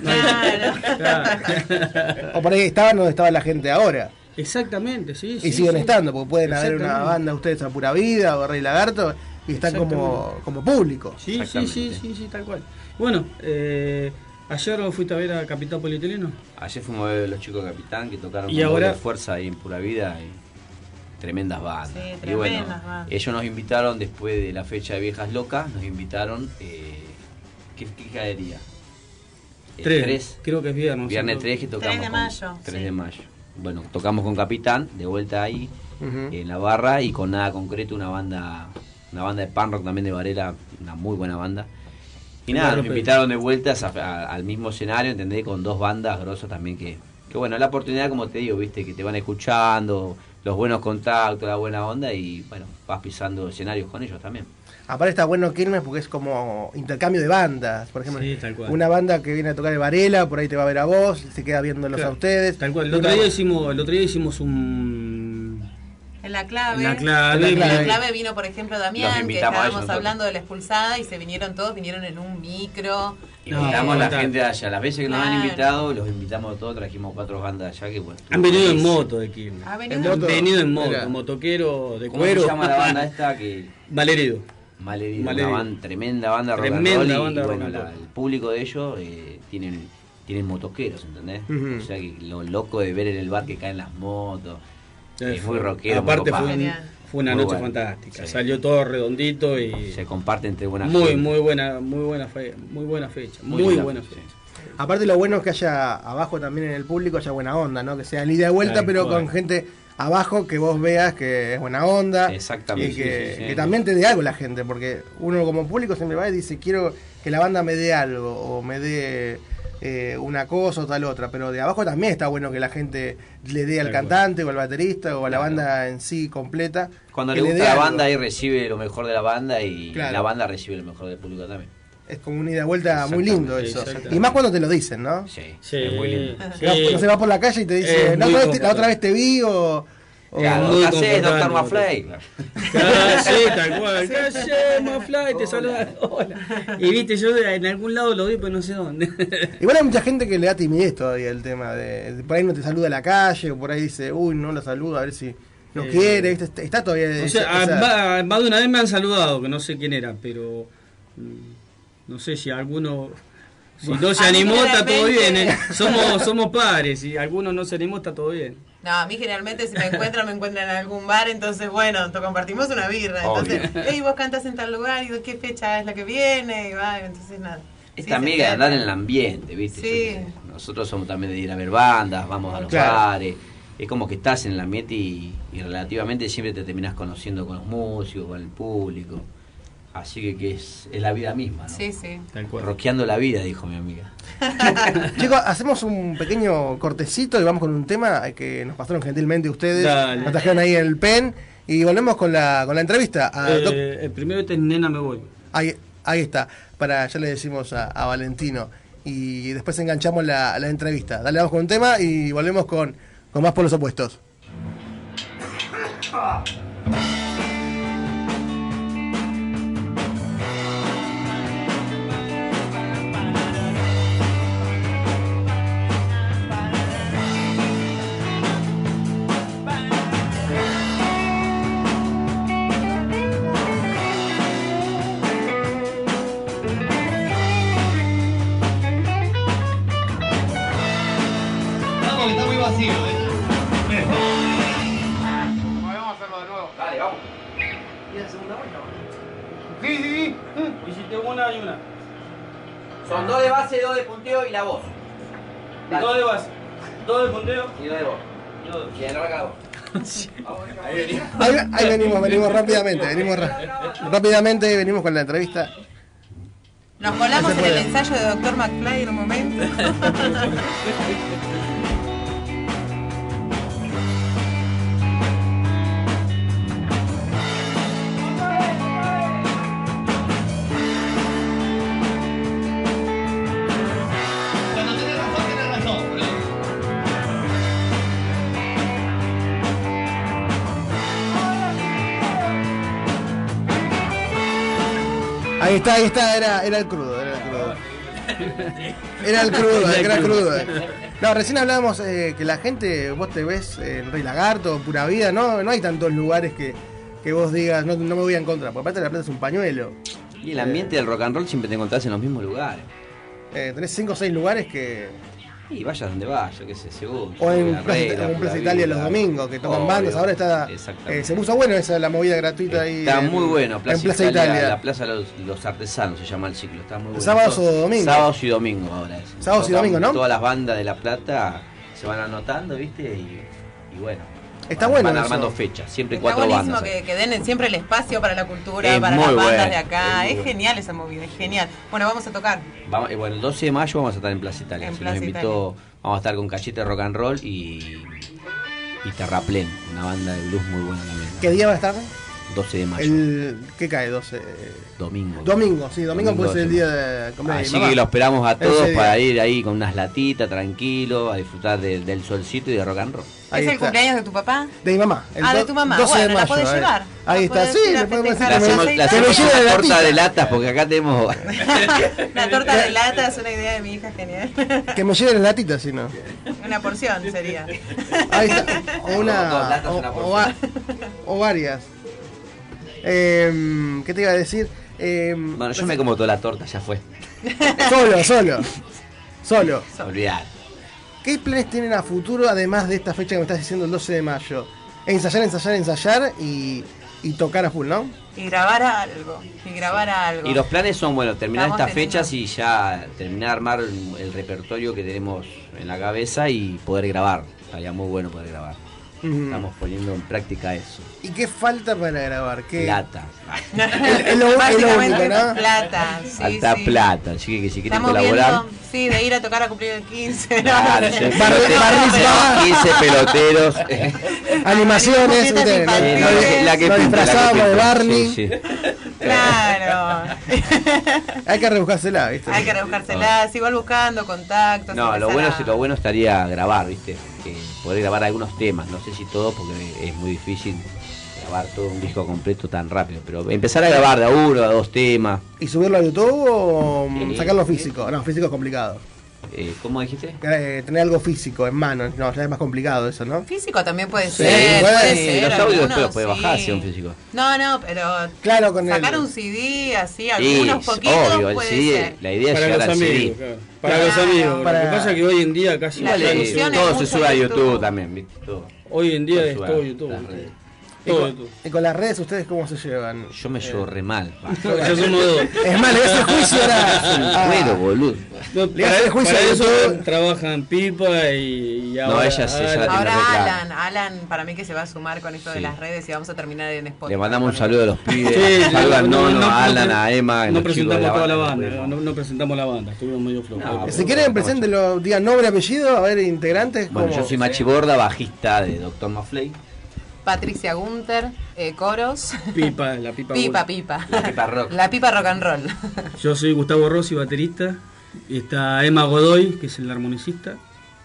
O por ahí estaban donde estaba la gente ahora. Exactamente, sí. Y siguen estando, porque pueden haber una banda ustedes a Pura Vida o Rey Lagarto y están como público. Sí, tal cual. Bueno, ¿ayer fuiste a ver a Capitán Polietileno? Ayer fuimos a ver a los chicos de Capitán que tocaron con doble fuerza ahí en Pura Vida. Tremendas bandas. Sí, y bueno, ellos nos invitaron después de la fecha de Viejas Locas, nos invitaron, ¿qué caería? 3, creo que es viernes. Viernes 3 que tocamos 3 de mayo. 3 de mayo. Bueno, tocamos con Capitán, de vuelta ahí, en la barra, y con Nada Concreto, una banda de punk rock también de Varela, una muy buena banda. Y nada, nos invitaron de vueltas al mismo escenario, ¿entendés? Con 2 bandas grosas también que bueno, la oportunidad, como te digo, viste, que te van escuchando, los buenos contactos, la buena onda, y bueno, vas pisando escenarios con ellos también. Aparte está bueno Quilmes porque es como intercambio de bandas, por ejemplo, una banda que viene a tocar de Varela, por ahí te va a ver a vos, se queda viéndolos a ustedes. Tal cual. El otro día hicimos un... El la clave. En la clave vino, por ejemplo, Damián, que estábamos hablando de la expulsada y se vinieron todos, vinieron en un micro. Invitamos a la gente de allá. Las veces que nos han invitado, los invitamos a todos, trajimos 4 bandas allá que bueno. Han venido en moto de Quilmes. Han venido en moto, motoquero de cuero. ¿Cómo se llama la banda esta? Malherido. Una tremenda banda rock and roll. Y bueno, el público de ellos tienen motoqueros, ¿entendés? O sea que lo loco de ver en el bar que caen las motos. Es muy rockero. Aparte fue una noche fantástica. Sí. Salió todo redondito y se comparte entre buenas muy buena fecha. Muy buena fecha. Aparte lo bueno es que haya abajo también en el público haya buena onda, ¿no? Que sea el ida y vuelta, pero con gente abajo que vos veas que es buena onda. Exactamente. Y que también te dé algo la gente, porque uno como público siempre va y dice, quiero que la banda me dé algo, o me dé una cosa o tal otra, pero de abajo también está bueno que la gente le dé al cantante o al baterista o a la banda en sí completa. Cuando le gusta la banda, ahí recibe lo mejor de la banda y la banda recibe lo mejor del público también. Es como una ida y vuelta muy lindo eso. Y más cuando te lo dicen, ¿no? Sí, es muy lindo. No se va por la calle y te dice, la otra vez te vi o... ¿Qué haces, Dr. Maflay? Sí, tal cual. ¿Qué haces, Maflay? Te saluda. Hola. Y viste, yo en algún lado lo vi, pero no sé dónde. Igual hay mucha gente que le da timidez todavía el tema de por ahí no te saluda a la calle, o por ahí dice, uy, no lo saludo, a ver si no quiere. Está todavía. O sea, más de una vez me han saludado, que no sé quién era, pero no sé si alguno. Si no se animó, está todo bien. Somos padres. Si alguno no se animó, está todo bien. No, a mí generalmente si me encuentran en algún bar, entonces bueno, compartimos una birra. Entonces, hey, vos cantas en tal lugar, y qué fecha es la que viene, y va, entonces nada. Esta amiga de andar en el ambiente, ¿viste? Sí. Nosotros somos también de ir a ver bandas, vamos a los bares. Es como que estás en el ambiente y relativamente siempre te terminás conociendo con los músicos, con el público. Así que es la vida misma, ¿no? Sí, sí. Rockeando la vida, dijo mi amiga. Chicos, hacemos un pequeño cortecito y vamos con un tema que nos pasaron gentilmente ustedes. Nos trajeron ahí en el pen y volvemos con la entrevista. El primero es Nena Me Voy. Ahí está, ya le decimos a Valentino. Y después enganchamos la entrevista. Dale, vamos con un tema y volvemos con más Polos Opuestos. Está muy vacío, Vamos a hacerlo de nuevo. Dale, vamos. ¿Y la segunda vuelta? Sí. Hiciste una y una. Son 2 de base, 2 de punteo y la voz. 2 de base, 2 de punteo y 2 de voz. Y arranca la voz. Ahí venimos rápidamente. Rápidamente venimos con la entrevista. Nos colamos en el ensayo de Dr. McFly en un momento. Ahí está, era el crudo. Era el crudo. No, recién hablábamos que la gente, vos te ves en Rey Lagarto, Pura Vida, no hay tantos lugares que vos digas, no me voy a encontrar, porque aparte La Plata es un pañuelo. Y el ambiente del rock and roll siempre te encontrás en los mismos lugares. Tenés 5 o 6 lugares que... Y vayas donde vayas, yo qué sé, seguro. O en Plaza Italia los domingos, que tocan bandas. Ahora está. Se puso bueno esa la movida gratuita ahí. Está muy bueno, en Plaza Italia. La Plaza de los Artesanos se llama el ciclo. Está muy bueno. ¿Sábados o domingos? Sábados y domingos ahora es. Sábados y domingos, ¿no? Todas las bandas de La Plata se van anotando, ¿viste? Y bueno. Está bueno. Van armando fechas, siempre está 4 bandas. Está buenísimo que den siempre el espacio para la cultura, para las bandas de acá. Es genial esa movida, es genial. Bueno, vamos a tocar. Bueno, el 12 de mayo vamos a estar en Plaza Italia. Nos invitó, vamos a estar con Cachete Rock and Roll y Terraplén, una banda de blues muy buena también. ¿Qué día va a estar? 12 de mayo. ¿Qué cae? 12. Domingo. Domingo, sí, domingo puede ser el día de cumpleaños. Así que lo esperamos a todos para ir ahí con unas latitas, tranquilo, a disfrutar del solcito y de rock and roll. ¿Es el cumpleaños de tu papá? De mi mamá. De tu mamá. 12 bueno, de mayo, la podés llevar. Ahí está, sí, le podemos decir. La hacemos una torta de latas porque acá tenemos... La torta de lata es una idea de mi hija genial. Que me lleve las latitas, si no. Una porción sería. Ahí está. O varias. ¿Qué te iba a decir? Bueno, yo me como toda la torta, ya fue. Solo. Olvidar. ¿Qué planes tienen a futuro además de esta fecha que me estás diciendo el 12 de mayo? Ensayar y tocar a full, ¿no? Y grabar algo. Y los planes son, bueno, terminar Estamos estas fechas y ya terminar de armar el repertorio que tenemos en la cabeza y poder grabar. Estaría muy bueno poder grabar. Estamos poniendo en práctica eso. ¿Y qué falta para grabar? Plata. Es lo único, ¿no? Plata, falta plata, así que si quieren estamos colaborar. Viendo, de ir a tocar a cumplir el 15. Claro, 15 peloteros. Animaciones, la que nos disfrazamos de Barney. Sí. Claro. Hay que rebuscársela, ¿viste? Igual buscando contactos. No, lo bueno estaría grabar, ¿viste? Poder grabar algunos temas, no sé si todos, porque es muy difícil grabar todo un disco completo tan rápido, pero empezar a grabar de a uno, a dos temas. ¿Y subirlo a YouTube o sacarlo físico? No, físico es complicado. ¿Cómo dijiste? Tener algo físico en mano, no, ya es más complicado eso, ¿no? Físico también puede ser. Puede ser. Los audios después los puede bajar si es un físico. No, pero claro, con sacar un CD, así, algunos poquitos obvio, puede CD, ser. La idea es llegar al CD. Claro. Para los amigos. Lo que pasa es que hoy en día casi todo se sube a YouTube también, ¿viste? Todo. Hoy en día es todo YouTube. ¿Y con las redes ustedes cómo se llevan? Yo me llevo re mal. Ya somos dos. Es mal, ese juicio era... boludo. Para eso trabajan Pipa y ahora... No, ella se ahora Alan, para mí que se va a sumar con esto de las redes y vamos a terminar en Spotify. Le mandamos un saludo a los pibes. Saludos a Alan, a Emma. No presentamos toda la banda. No presentamos la banda, estuvimos medio flojos. Si quieren, preséntenlo, digan nombre, apellido, a ver, integrantes. Bueno, yo soy Machi Borda, bajista de Dr. Mafley. Patricia Gunter, coros. Pipa, la pipa. Pipa. La pipa rock. La pipa rock and roll. Yo soy Gustavo Rossi, baterista. Y está Emma Godoy, que es el armonicista.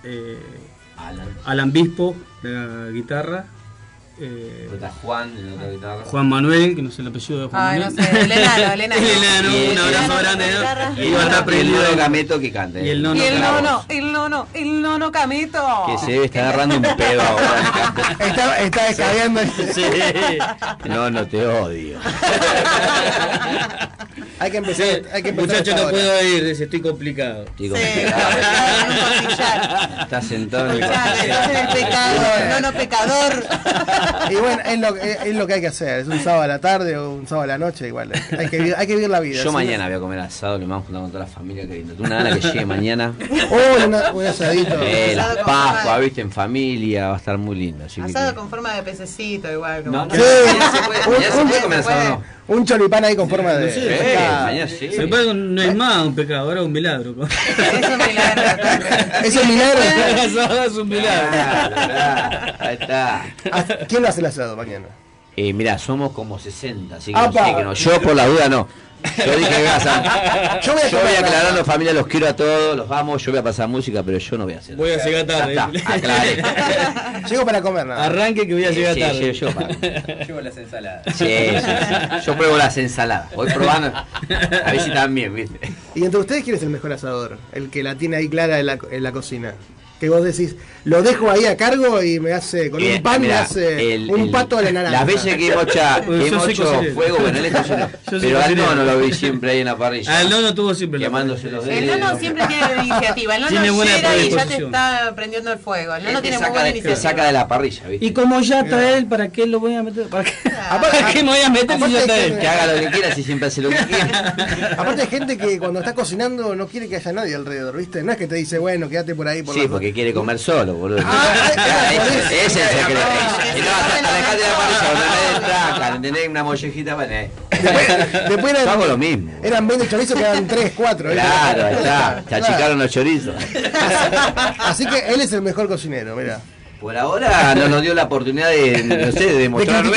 Alan Bispo, la guitarra. Está Juan, de la otra guitarra. Juan Manuel, que no sé el apellido de Juan Manuel. No sé, el enano. Un abrazo grande, ¿no? Y va a estar prendido el Gameto que canta. Y el nono Cameto. Que se debe estar agarrando un pedo ahora. Está descabeando. Sí. No te odio. Hay que empezar. Muchacho, no puedo ir, estoy complicado. Está sentado en el pecado, no pecador. Y bueno, es lo que hay que hacer. Es un sábado a la tarde o un sábado a la noche, igual. Hay que vivir la vida. Yo mañana voy a comer asado, que me vamos a juntar con toda la familia. Que lindo. Tengo una gana que llegue mañana. Un asadito. Las Pascuas, viste, en familia, va a estar muy lindo. Asado con forma de pececito, igual. Un choripán ahí con forma de... mañana sí. No es más un pecado, ahora es un milagro. Es un milagro. ¿Es un milagro? Es un milagro. Ahí está. ¿Quién lo hace el asado mañana? Mirá, somos como 60, así que no sé que no. Yo por la duda no. Yo dije que yo voy aclarando, familia, los quiero a todos, los amo, yo voy a pasar música, pero yo no voy a hacer. Voy a llegar tarde. Llego para comer nada. Arranque que voy a llegar tarde. Llevo las ensaladas. Sí. Yo pruebo las ensaladas. Voy probando. A ver si también, ¿viste? ¿Y entre ustedes quién es el mejor asador? El que la tiene ahí clara en la cocina. Que vos decís, lo dejo ahí a cargo y me hace, con un pan, me hace un pato a la naranja. Las veces que hemos hecho fuego, bueno, él es cocinero. Pero al nono lo vi siempre ahí en la parrilla. Al nono tuvo siempre quemándose los dedos. El nono siempre tiene iniciativa. El nono llega y ya te está prendiendo el fuego. El nono tiene muy buena iniciativa. Te saca de la parrilla, ¿viste? Y como ya está él, ¿para qué lo voy a meter? ¿Para qué me voy a meter si ya está él? Que haga lo que quiera si siempre hace lo que quiera. Aparte hay gente que cuando está cocinando no quiere que haya nadie alrededor, ¿viste? No es que te dice, bueno, quédate por ahí. Sí, porque quiere comer solo. Boludo. Ese es el secreto. Y no, alejate de la parrilla, cuando nadie entra, ¿entendés? Una mollejita para después yo hago lo mismo. Eran 20 chorizos, quedan 3, 4. Claro, ahí está. Se achicaron los chorizos. Así que él es el mejor cocinero, mirá. Por ahora no nos dio la oportunidad de, no sé, de demostrarlo.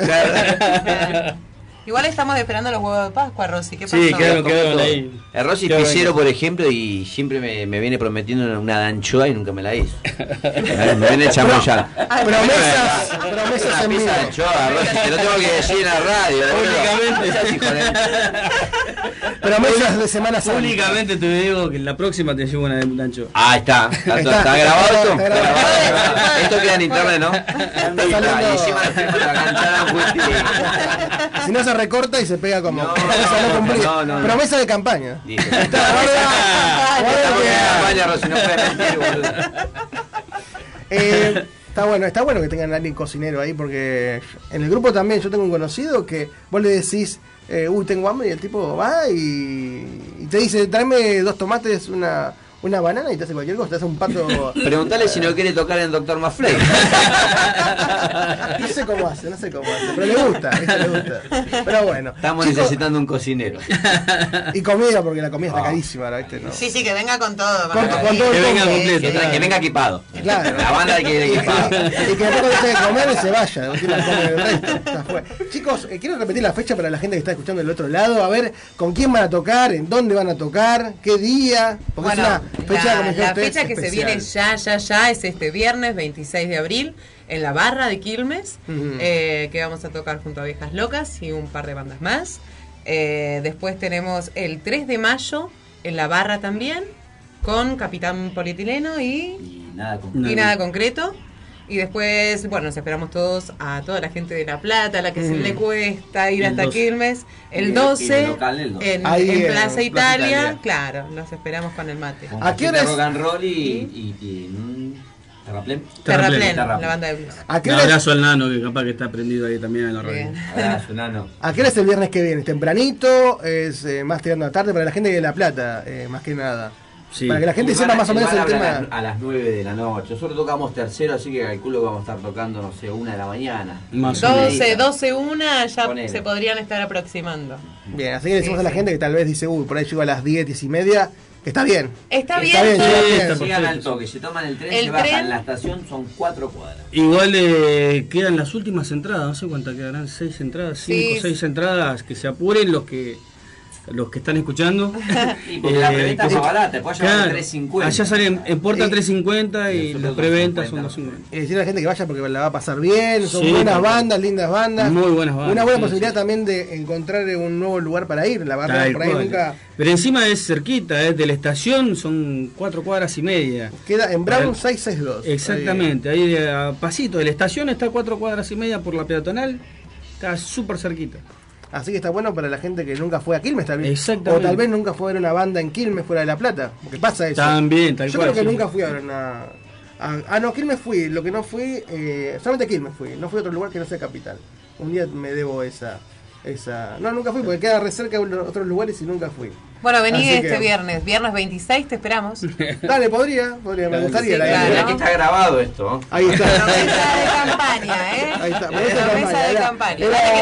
Igual estamos esperando los huevos de Pascua, Rosy. ¿Qué pasó? Sí, quedaron ahí. El Rosy es pisero, por ejemplo, y siempre me viene prometiendo una de anchoa y nunca me la hizo. Me viene chamullando. Promesas en vivo. De anchoa, Rosy, te lo tengo que decir en la radio. Promesas de Semana Santa. Únicamente te digo que en la próxima te llevo una de anchoa. Ah, está grabado esto. Esto queda en internet, ¿no? Y encima la cantada. Si no se recorta y se pega como no. Promesa de campaña. Está bueno que tengan a alguien cocinero ahí, porque en el grupo también yo tengo un conocido que vos le decís tengo hambre, y el tipo va y te dice, tráeme 2 tomates, una banana, y te hace cualquier cosa, te hace un pato. Preguntale si no quiere tocar en Dr. Mafley. No sé cómo hace, pero le gusta. Pero bueno. Estamos necesitando un cocinero. Y comida, porque la comida está carísima, ¿viste? ¿No? Sí, que venga con todo. Con todo que venga completo. Que venga equipado. Claro. La banda hay que ir equipada. Y que después deje de comer y se vaya. De última come el resto. Chicos, quiero repetir la fecha para la gente que está escuchando del otro lado. A ver con quién van a tocar, en dónde van a tocar, qué día. Porque es una la fecha que se viene ya es este viernes 26 de abril en la barra de Quilmes, que vamos a tocar junto a Viejas Locas y un par de bandas más. Después tenemos el 3 de mayo en la barra también con Capitán Polietileno y nada concreto. Y después, nos esperamos todos a toda la gente de La Plata, a la que se le cuesta ir hasta Quilmes, el 12 en Plaza Italia. Claro, los esperamos con el mate. ¿A qué hora es? Rock and roll y Terraplén, la banda de blues. Un abrazo al Nano, que capaz que está prendido ahí también en la radio. Abrazo, Nano. ¿A qué hora es el viernes que viene? ¿Tempranito? ¿Es más tirando a la tarde? Para la gente de La Plata, más que nada. Sí. Para que la gente sepa más o menos el tema. A las 9 de la noche. Nosotros tocamos tercero, así que calculo que vamos a estar tocando, no sé, 1 de la mañana. 12, 1 ya se podrían estar aproximando. Bien, así que le decimos a la gente que tal vez dice, por ahí llego a las 10:30. Está bien. Está bien. Llegan al toque, se toman el tren, se bajan la estación, son 4 cuadras. Igual quedan las últimas entradas, no sé cuántas quedarán, 6 entradas, 5 o 6 entradas, que se apuren los que están escuchando. Y porque la preventa es más barata, después allá vale 3.50. Allá salen en puerta 3.50 y las preventas son 2.50. Y decirle a la gente que vaya porque la va a pasar bien, son buenas bandas, lindas bandas. Muy buenas bandas. Una buena posibilidad también de encontrar un nuevo lugar para ir. La barra por ahí nunca. Pero encima es cerquita, de la estación son 4 cuadras y media. Queda en Brown 662. Exactamente, ahí a pasito de la estación está 4 cuadras y media por la peatonal, está súper cerquita. Así que está bueno para la gente que nunca fue a Quilmes, tal vez. Exactamente. O tal vez nunca fue a ver una banda en Quilmes fuera de La Plata. Porque pasa eso. También, tal Yo cual. Creo que nunca fui a ver una. No, Quilmes fui. Lo que no fui. Solamente Quilmes fui. No fui a otro lugar que no sea Capital. Un día me debo esa. No, nunca fui porque queda re cerca de otros lugares y nunca fui. Bueno, vení viernes 26 te esperamos. Dale, podría, me gustaría. Aquí está grabado esto. Ahí está. Promesa de campaña, Ahí está. Promesa de campaña.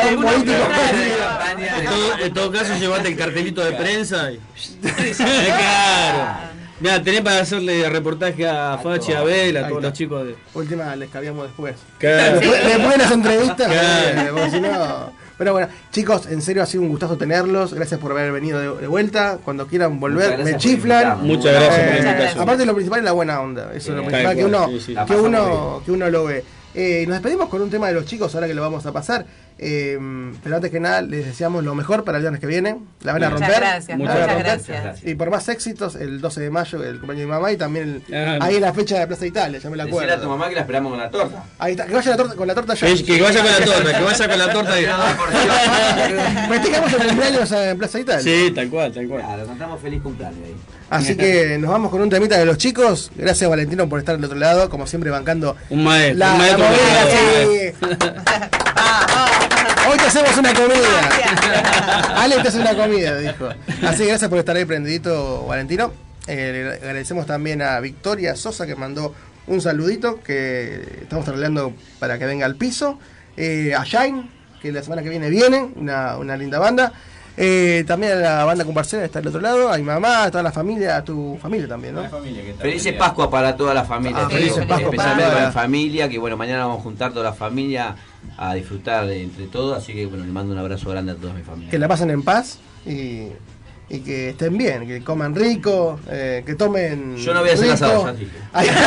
En todo caso, llevate el cartelito de prensa. Claro. Mira, tenés para hacerle reportaje a Fachi, a Abel, a todos los chicos de. Última, les cambiamos después. Claro. Después de las entrevistas. Porque si no. Pero bueno, chicos, en serio ha sido un gustazo tenerlos. Gracias por haber venido de vuelta. Cuando quieran volver, me chiflan. Muchas gracias por la invitación. Aparte, lo principal es la buena onda. Eso es lo principal que uno lo ve. Nos despedimos con un tema de los chicos ahora que lo vamos a pasar. Pero antes que nada les deseamos lo mejor para el viernes que viene. La van a romper. Muchas gracias. Y por más éxitos, el 12 de mayo, el cumpleaños de mi mamá, y también ahí en la fecha de Plaza Italia, ya me la acuerdo. Decirle a tu mamá que la esperamos con la torta. Ahí está, que vaya con la torta ya. Que vaya con la torta, Festejamos el cumpleaños en Plaza Italia. Sí, tal cual. Claro, cantamos feliz cumpleaños ahí. Así que nos vamos con un temita de los chicos. Gracias, Valentino, por estar del otro lado, como siempre bancando un maestro, Hoy te hacemos una comida. Ale te hace una comida, dijo. Así que gracias por estar ahí prendidito, Valentino. Le agradecemos también a Victoria Sosa, que mandó un saludito, que estamos hablando para que venga al piso. A Shine, que la semana que viene una linda banda. También a la banda Comparcera está del otro lado, a mi mamá, a toda la familia, a tu familia también, ¿no? Felices Pascua para toda la familia. Felices Pascua especialmente para para mi familia, que bueno, mañana vamos a juntar toda la familia a disfrutar entre todos, así que bueno, le mando un abrazo grande a toda mi familia. Que la pasen en paz y que estén bien, que coman rico, que tomen. Yo no voy a hacer asado, ya dije.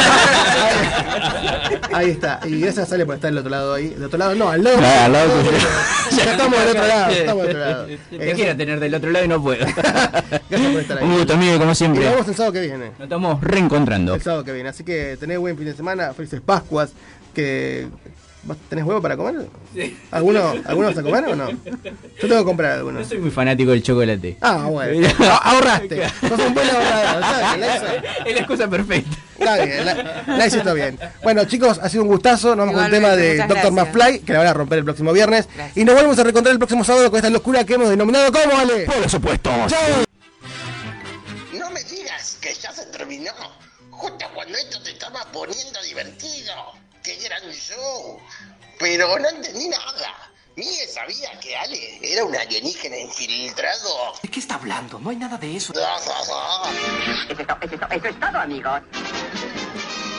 Ahí está. Y gracias a Sale por estar del otro lado ahí. Del otro lado no, al lado. Al lado tuyo. Ya estamos del otro lado. Estamos del otro lado. Te quiero tener del otro lado y no puedo. Gracias por estar ahí. Un gusto, amigo, como siempre. Y nos vemos el sábado que viene. Nos estamos reencontrando. El sábado que viene. Así que tenés buen fin de semana. Felices Pascuas. Que ¿tenés huevo para comer? Sí. ¿Alguno vas a comer o no? Yo tengo que comprar alguno. Yo soy muy fanático del chocolate. Ah, bueno. Ahorraste. Sos un buen ahorrador, ¿sabes? Es la excusa perfecta. Está bien, la hiciste bien. Bueno, chicos, ha sido un gustazo. Nos vamos con el tema de Dr. McFly, que la van a romper el próximo viernes. Gracias. Y nos volvemos a reencontrar el próximo sábado con esta locura que hemos denominado como, ¿vale? Por supuesto. ¡Chao! No me digas que ya se terminó. Justo cuando esto te estaba poniendo divertido. ¡Qué gran show! Pero no entendí nada. Mie sabía que Ale era un alienígena infiltrado. ¿De qué está hablando? No hay nada de eso. Eso es todo, amigos.